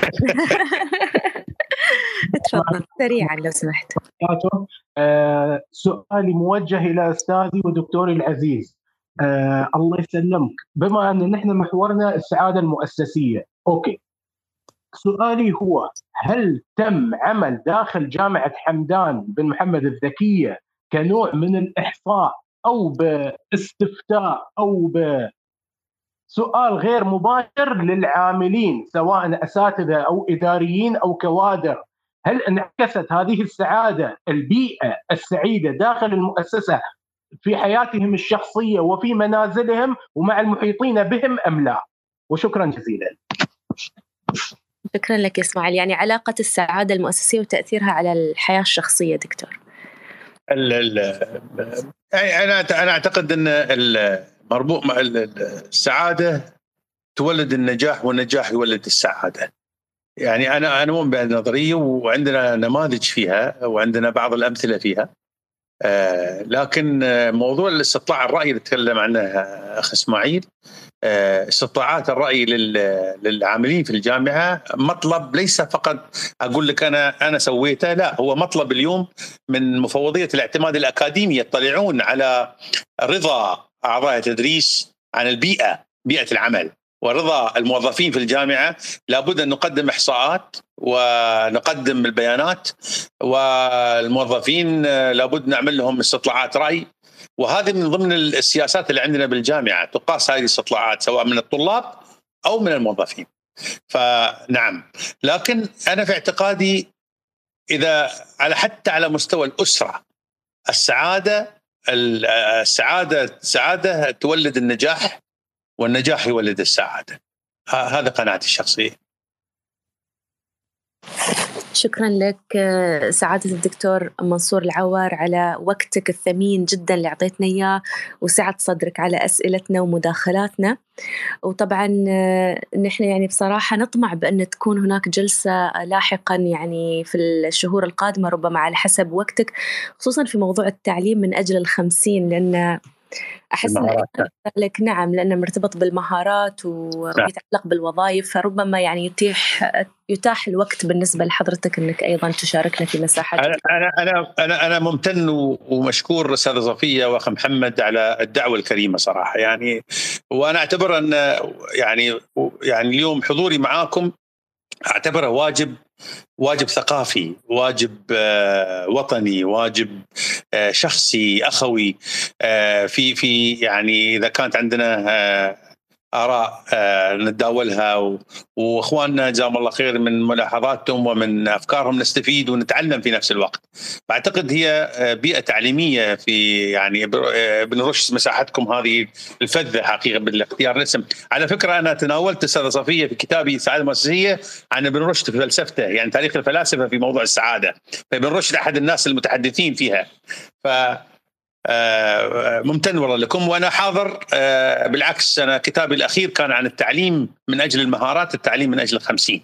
تفضل سريعا لو سمحت. آه، سؤالي موجه إلى أستاذي ودكتوري العزيز. آه، الله يسلمك، بما أن نحن محورنا السعادة المؤسسية، أوكي، سؤالي هو هل تم عمل داخل جامعة حمدان بن محمد الذكية كنوع من الإحصاء أو باستفتاء أو بسؤال غير مباشر للعاملين سواء أساتذة أو إداريين أو كوادر؟ هل انعكست هذه السعادة، البيئة السعيدة داخل المؤسسة في حياتهم الشخصية وفي منازلهم ومع المحيطين بهم أم لا؟ وشكرا جزيلا. شكرا لك إسماعيل. يعني علاقة السعادة المؤسسية وتأثيرها على الحياة الشخصية دكتور. ال ال أنا أنا أعتقد أن المربوط مع السعادة تولد النجاح، والنجاح يولد السعادة. يعني أنا أنا مؤمن بالنظرية وعندنا نماذج فيها وعندنا بعض الأمثلة فيها. آه لكن موضوع الاستطلاع الرأي اللي تكلم عنه أخ إسماعيل، آه استطلاعات الرأي للعاملين في الجامعة مطلب ليس فقط أقول لك أنا أنا سويته، لا، هو مطلب اليوم من مفوضية الاعتماد الأكاديمي يطلعون على رضا أعضاء التدريس عن البيئة، بيئة العمل، ورضا الموظفين في الجامعة. لابد أن نقدم إحصاءات ونقدم البيانات، والموظفين لابد نعمل لهم استطلاعات رأي، وهذه من ضمن السياسات اللي عندنا بالجامعة، تقاس هذه الاستطلاعات سواء من الطلاب أو من الموظفين. فنعم، لكن أنا في اعتقادي إذا على حتى على مستوى الأسرة السعادة السعادة السعادة تولد النجاح، والنجاح يولد السعادة. هذا قناعتي الشخصية. شكرا لك سعادة الدكتور منصور العوار على وقتك الثمين جدا اللي أعطيتنا إياه، وسعة صدرك على أسئلتنا ومداخلاتنا. وطبعا نحن يعني بصراحة نطمع بأن تكون هناك جلسة لاحقا يعني في الشهور القادمة ربما على حسب وقتك، خصوصا في موضوع التعليم من أجل الخمسين، لأن أحس لك نعم لأنه مرتبط بالمهارات ويتعلق بالوظائف، فربما يعني يتيح يتاح الوقت بالنسبة لحضرتك أنك أيضا تشاركنا في مساحات. أنا أنا أنا أنا ممتن ومشكور أستاذة صفية وأخ محمد على الدعوة الكريمة صراحة، يعني وأنا أعتبر أن يعني يعني اليوم حضوري معاكم أعتبره واجب واجب ثقافي، واجب وطني، واجب شخصي أخوي، في في يعني إذا كانت عندنا آراء نتداولها، وإخواننا جزاهم الله خير من ملاحظاتهم ومن أفكارهم نستفيد ونتعلم في نفس الوقت. فأعتقد هي بيئة تعليمية في يعني بنرش مساحتكم هذه الفذة حقيقة بالاختيار الاسم. على فكرة أنا تناولت أستاذة صفية في كتابي السعادة المؤسسية عن ابن رشد في فلسفته، يعني تاريخ الفلاسفة في موضوع السعادة، فابن رشد أحد الناس المتحدثين فيها. ف آه ممتن والله لكم، وأنا حاضر. آه بالعكس أنا كتابي الأخير كان عن التعليم من أجل المهارات، التعليم من أجل الخمسين.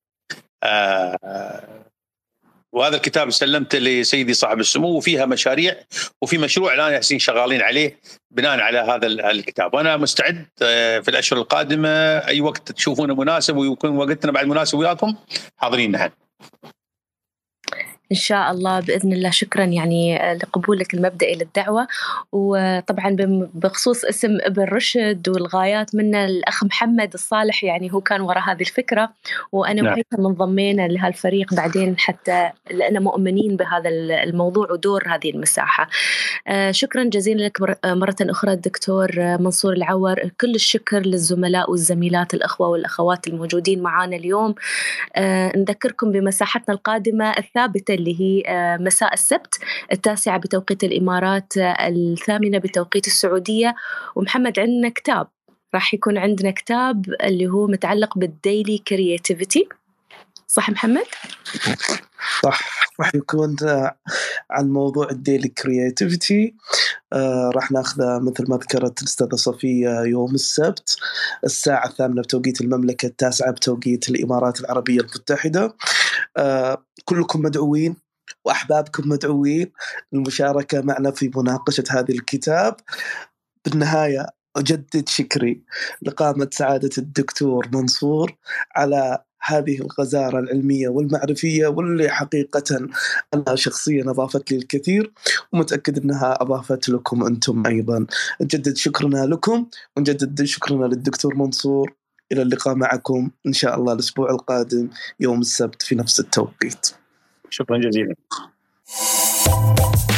آه وهذا الكتاب سلمته لسيدي صاحب السمو، وفيها مشاريع، وفي مشروع الآن يحسين شغالين عليه بناء على هذا الكتاب. وأنا مستعد آه في الأشهر القادمة أي وقت تشوفونه مناسب ويكون وقتنا بعد مناسب وياكم حاضرين. نحن إن شاء الله بإذن الله. شكرا يعني لقبولك المبدئي للدعوة. وطبعا بخصوص اسم ابن رشد والغايات منا، الأخ محمد الصالح يعني هو كان وراء هذه الفكرة، وأنا وهيثم انضمينا لهالفريق بعدين حتى لأننا مؤمنين بهذا الموضوع ودور هذه المساحة. شكرا جزيلا لك مرة أخرى الدكتور منصور العور. كل الشكر للزملاء والزميلات الأخوة والأخوات الموجودين معنا اليوم. نذكركم بمساحتنا القادمة الثابتة اللي هي مساء السبت التاسعة بتوقيت الإمارات، الثامنة بتوقيت السعودية. ومحمد عندنا كتاب، راح يكون عندنا كتاب اللي هو متعلق بالديلي كرياتيفيتي، صح محمد؟ صح، راح يكون عن موضوع الديلي كرياتيفيتي. آه راح ناخذه مثل ما ذكرت الأستاذة صفية يوم السبت الساعة الثامنة بتوقيت المملكة، التاسعة بتوقيت الإمارات العربية المتحدة. آه كلكم مدعوين وأحبابكم مدعوين للمشاركة معنا في مناقشة هذا الكتاب. بالنهاية أجدد شكري لقامة سعادة الدكتور منصور على هذه الغزارة العلمية والمعرفية، واللي حقيقة أنا شخصيا أضافت لي الكثير، ومتأكد أنها أضافت لكم أنتم أيضا. نجدد شكرنا لكم ونجدد شكرنا للدكتور منصور. إلى اللقاء معكم إن شاء الله الأسبوع القادم يوم السبت في نفس التوقيت. شكرا جزيلا.